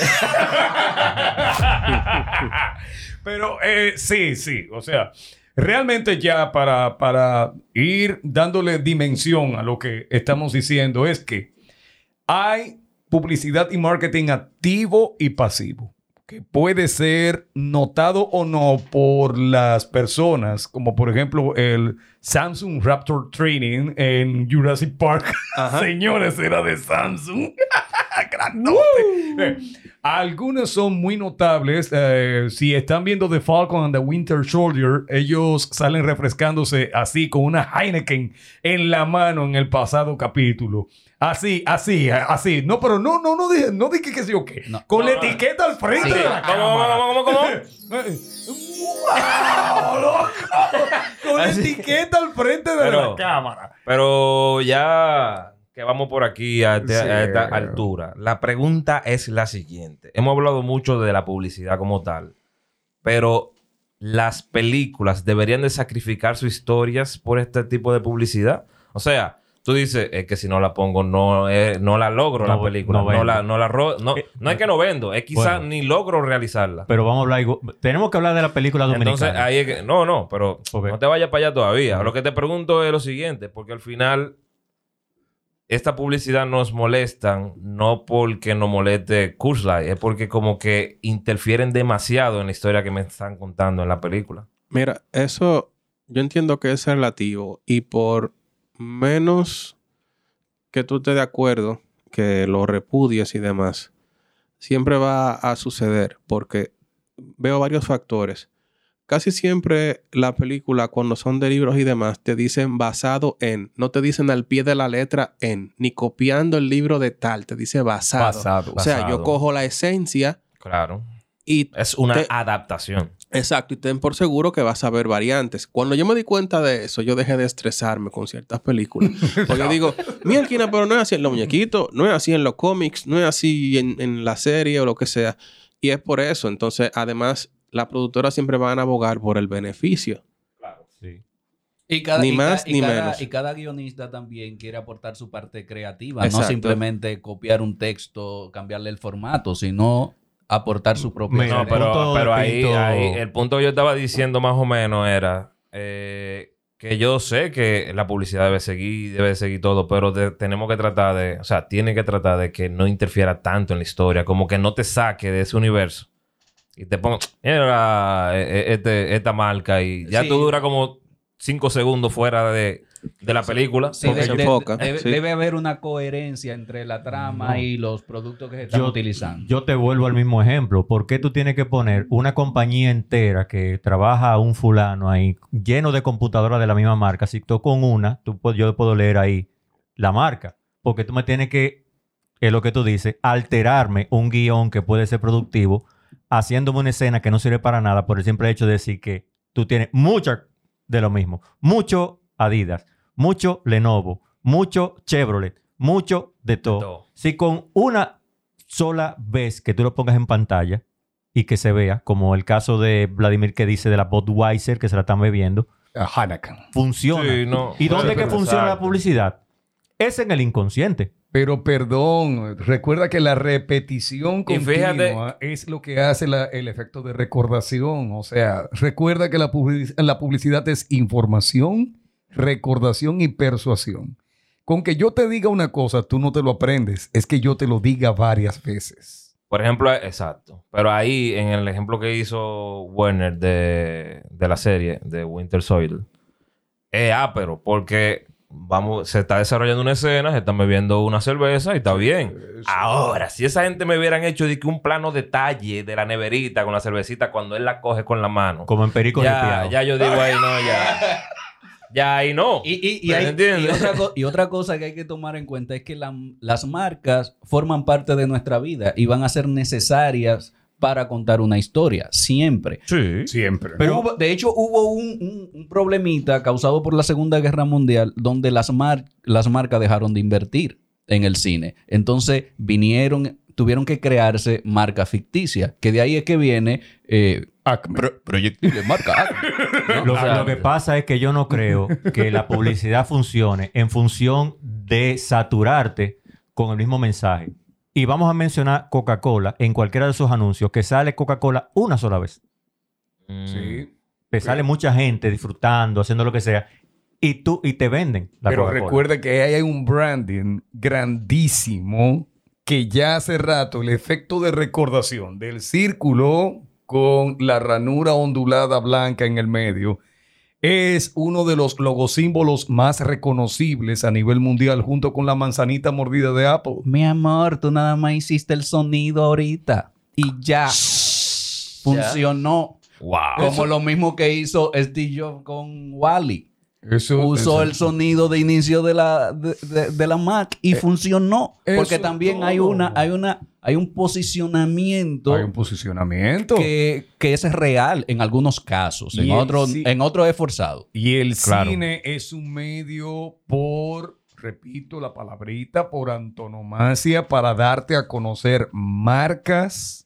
Pero eh, sí, sí, o sea, realmente ya para, para ir dándole dimensión a lo que estamos diciendo es que hay publicidad y marketing activo y pasivo, que puede ser notado o no por las personas, como por ejemplo el Samsung Raptor Training en Jurassic Park. Señores, era de Samsung. Grandote. Eh, algunas son muy notables. Eh, si están viendo The Falcon and the Winter Soldier, ellos salen refrescándose así con una Heineken en la mano en el pasado capítulo. Así, así, así. No, pero no, no, no dije, no dije que sí o qué. No. Con No, la no. etiqueta al frente Sí. de la ¿Cómo, cámara. cómo, cómo, cómo, cómo? Eh, ¡Wow, loco! Con la etiqueta al frente de Pero- la cámara. Pero ya que vamos por aquí a, este- Sí. a esta altura, la pregunta es la siguiente. Hemos hablado mucho de la publicidad como tal, pero ¿las películas deberían de sacrificar sus historias por este tipo de publicidad? O sea, tú dices, es que si no la pongo, no, eh, no la logro No, la película. no No, vendo. la, no, la ro- no, Eh, no es que no vendo, es quizás bueno. ni logro realizarla. Pero vamos a hablar... igual- Tenemos que hablar de la película dominicana. Entonces, ahí es que... No, no, pero Ok. no te vayas para allá todavía. Ujú. Lo que te pregunto es lo siguiente, porque al final esta publicidad nos molestan no porque nos moleste Curse Light, es porque como que interfieren demasiado en la historia que me están contando en la película. Mira, eso yo entiendo que es relativo y por menos que tú estés de acuerdo, que lo repudies y demás, siempre va a suceder porque veo varios factores. Casi siempre la película, cuando son de libros y demás, te dicen basado en, no te dicen al pie de la letra en, ni copiando el libro de tal, te dice basado. Basado. O sea, yo Basado. cojo la esencia Claro. y Es una Te- adaptación. exacto, y ten por seguro que vas a ver variantes. Cuando yo me di cuenta de eso, yo dejé de estresarme con ciertas películas. Porque yo digo, mira, Alquina, pero no es así en los muñequitos, no es así en los cómics, no es así en, en la serie o lo que sea. Y es por eso. Entonces, además, las productoras siempre van a abogar por el beneficio. Sí. Y cada, Ni y más ca- y ni cada- menos. Y cada guionista también quiere aportar su parte creativa. Exacto. No simplemente copiar un texto, cambiarle el formato, sino aportar su propio... Mira, No, el pero, punto de pero ahí, Pinto- ahí, el punto que yo estaba diciendo más o menos era eh, que yo sé que la publicidad debe seguir, debe seguir todo, pero de- tenemos que tratar de, o sea, tiene que tratar de que no interfiera tanto en la historia, como que no te saque de ese universo y te ponga, mira, eh, eh, este, esta marca y ya Sí. tú duras como cinco segundos fuera de, de la película. Sí, Porque de- se de- enfoca, debe, sí. debe haber una coherencia entre la trama No. y los productos que se están Yo, utilizando. yo te vuelvo al mismo ejemplo. ¿Por qué tú tienes que poner una compañía entera que trabaja a un fulano ahí lleno de computadoras de la misma marca? Si tú con una, tú, pu- yo puedo leer ahí la marca. Porque tú me tienes que, es lo que tú dices, alterarme un guión que puede ser productivo haciéndome una escena que no sirve para nada por el simple hecho de decir que tú tienes mucha de lo mismo. Mucho Adidas, mucho Lenovo, mucho Chevrolet, mucho de todo. todo. Si con una sola vez que tú lo pongas en pantalla y que se vea, como el caso de Vladimir que dice de la Budweiser que se la están bebiendo, A Hanakan. funciona. Sí, no. ¿Y dónde es que Exacto. funciona la publicidad? Es en el inconsciente. Pero perdón, recuerda que la repetición Y fíjate- continua es lo que hace la- el efecto de recordación. O sea, recuerda que la, public- la publicidad es información, recordación y persuasión. Con que yo te diga una cosa, tú no te lo aprendes. Es que yo te lo diga varias veces. Por ejemplo, exacto. Pero ahí, en el ejemplo que hizo Werner de, de la serie de Winter Soldier, es ápero porque vamos, se está desarrollando una escena, se están bebiendo una cerveza y está bien. Ahora, si esa gente me hubieran hecho de que un plano detalle de la neverita con la cervecita cuando él la coge con la mano, Como en Perico ya, Ripiao. ya yo digo ahí no, ya. Ya ahí no. Y, y- y ¿Me hay- entiendes? y otra co- y otra cosa que hay que tomar en cuenta es que la- las marcas forman parte de nuestra vida y van a ser necesarias para contar una historia, siempre. Sí. Siempre. Pero, Hubo- de hecho, hubo un, un- un problemita causado por la Segunda Guerra Mundial donde las, mar- las marcas dejaron de invertir en el cine. Entonces vinieron, tuvieron que crearse marcas ficticias, que de ahí es que viene eh, Acme. pro- proyectiles, marca Acme, ¿no? Lo, O sea, lo que pasa es que yo no creo que la publicidad funcione en función de saturarte con el mismo mensaje. Y vamos a mencionar Coca-Cola en cualquiera de esos anuncios que sale Coca-Cola una sola vez. Mm. Sí. Que sale mucha gente disfrutando, haciendo lo que sea. Y tú y te venden la Pero Coca-Cola. recuerda que ahí hay un branding grandísimo que ya hace rato el efecto de recordación del círculo con la ranura ondulada blanca en el medio es uno de los logosímbolos más reconocibles a nivel mundial junto con la manzanita mordida de Apple. Mi amor, tú nada más hiciste el sonido ahorita y ya funcionó. Wow. Como lo mismo que hizo Steve Jobs con Wall-E. Eso, usó eso. el sonido de inicio de la, de, de- de la Mac y Eh, funcionó. Porque eso también hay todo. una, hay una, hay un posicionamiento Hay un posicionamiento. que, que es real en algunos casos. Y En el otros, sí- en otros es forzado. Y el Claro. cine es un medio por, repito la palabrita, por antonomasia para darte a conocer marcas,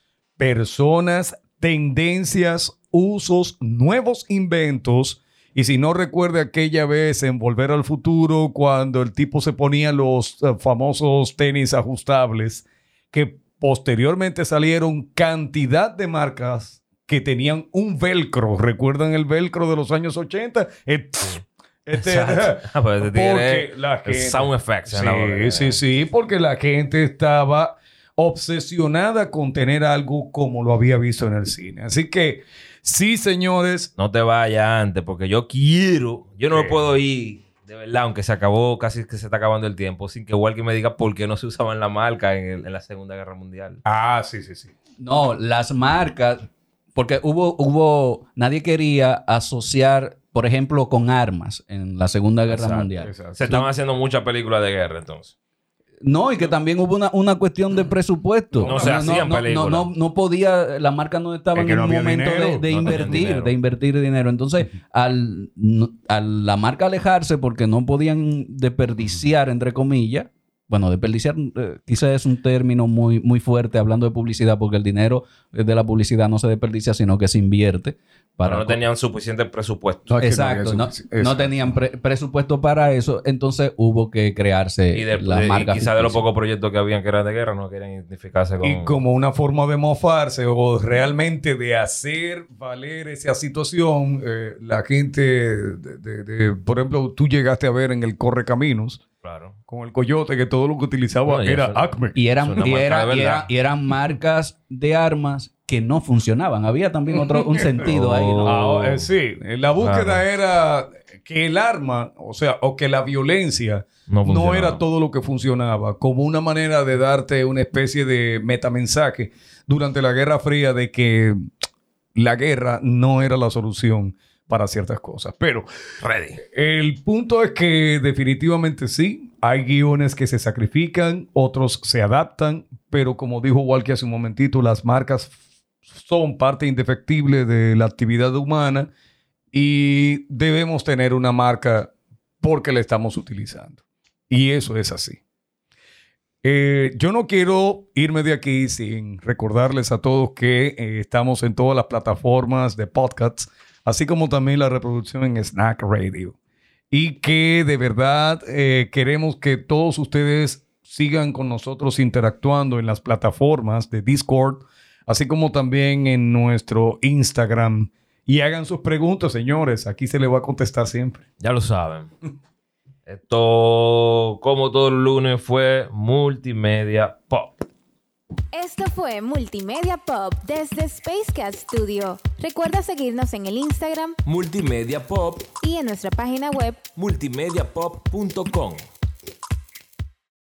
personas, tendencias, usos, nuevos inventos. Y si no recuerda aquella vez en Volver al Futuro, cuando el tipo se ponía los eh, famosos tenis ajustables, que posteriormente salieron cantidad de marcas que tenían un velcro. ¿Recuerdan el velcro de los años ochenta? Eh, este, Exacto. Ah, pues este porque tiene la el gente- sound effects en la boca. Sí, sí, sí, porque la gente estaba obsesionada con tener algo como lo había visto en el cine. Así que, sí, señores, No te vayas antes, porque yo quiero, yo no Sí. me puedo ir, de verdad, aunque se acabó, casi que se está acabando el tiempo, sin que Walkie me diga por qué no se usaban la marca en, el- en la Segunda Guerra Mundial. ah, sí, sí, sí. No, las marcas, porque hubo, hubo, nadie quería asociar, por ejemplo, con armas en la Segunda Guerra Exacto, Mundial. Exacto. Se estaban haciendo muchas películas de guerra, entonces. No, y que también hubo una, una cuestión de presupuesto. No se hacían no, películas. No, no, no podía, la marca no estaba Es en que el no había momento dinero. de, de No tenían invertir, dinero. de invertir dinero. Entonces, al, no- al la marca alejarse porque no podían desperdiciar, entre comillas, bueno, desperdiciar eh, quizás es un término muy, muy fuerte hablando de publicidad, porque el dinero de la publicidad no se desperdicia, sino que se invierte. Pero Para no tenían suficiente presupuesto. No, es que Exacto, había no, sufici- no Exacto. tenían pre- presupuesto para eso, entonces hubo que crearse Y, de, la de- y marca. quizás de los ficticia. pocos proyectos que habían que eran de guerra, no querían identificarse con... Y como una forma de mofarse o realmente de hacer valer esa situación, eh, la gente, de, de- de- por ejemplo, tú llegaste a ver en el Correcaminos Claro. con el coyote que todo lo que utilizaba Bueno, ya era sé. Acme. Y Es eran, una y, marca era- de y verdad. era- y eran marcas de armas que no funcionaban. Había también otro un sentido ahí, ¿no? Oh. Ah, eh, sí, eh, la búsqueda Claro. era que el arma, o sea, o que la violencia No no, funcionaba. era todo lo que funcionaba, como una manera de darte una especie de metamensaje durante la Guerra Fría de que la guerra no era la solución para ciertas cosas. Pero Ready. el punto es que definitivamente sí, hay guiones que se sacrifican, otros se adaptan, pero como dijo Walkie hace un momentito, las marcas son parte indefectible de la actividad humana y debemos tener una marca porque la estamos utilizando. Y eso es así. Eh, yo no quiero irme de aquí sin recordarles a todos que eh, estamos en todas las plataformas de podcasts, así como también la reproducción en Snack Radio. Y que de verdad eh, queremos que todos ustedes sigan con nosotros interactuando en las plataformas de Discord, así como también en nuestro Instagram. Y hagan sus preguntas, señores. Aquí se les va a contestar siempre. Ya lo saben. Esto, como todo el lunes, fue Multimedia Pop. Esto fue Multimedia Pop desde Spacecat Studio. Recuerda seguirnos en el Instagram Multimedia Pop, y en nuestra página web multimediapop punto com.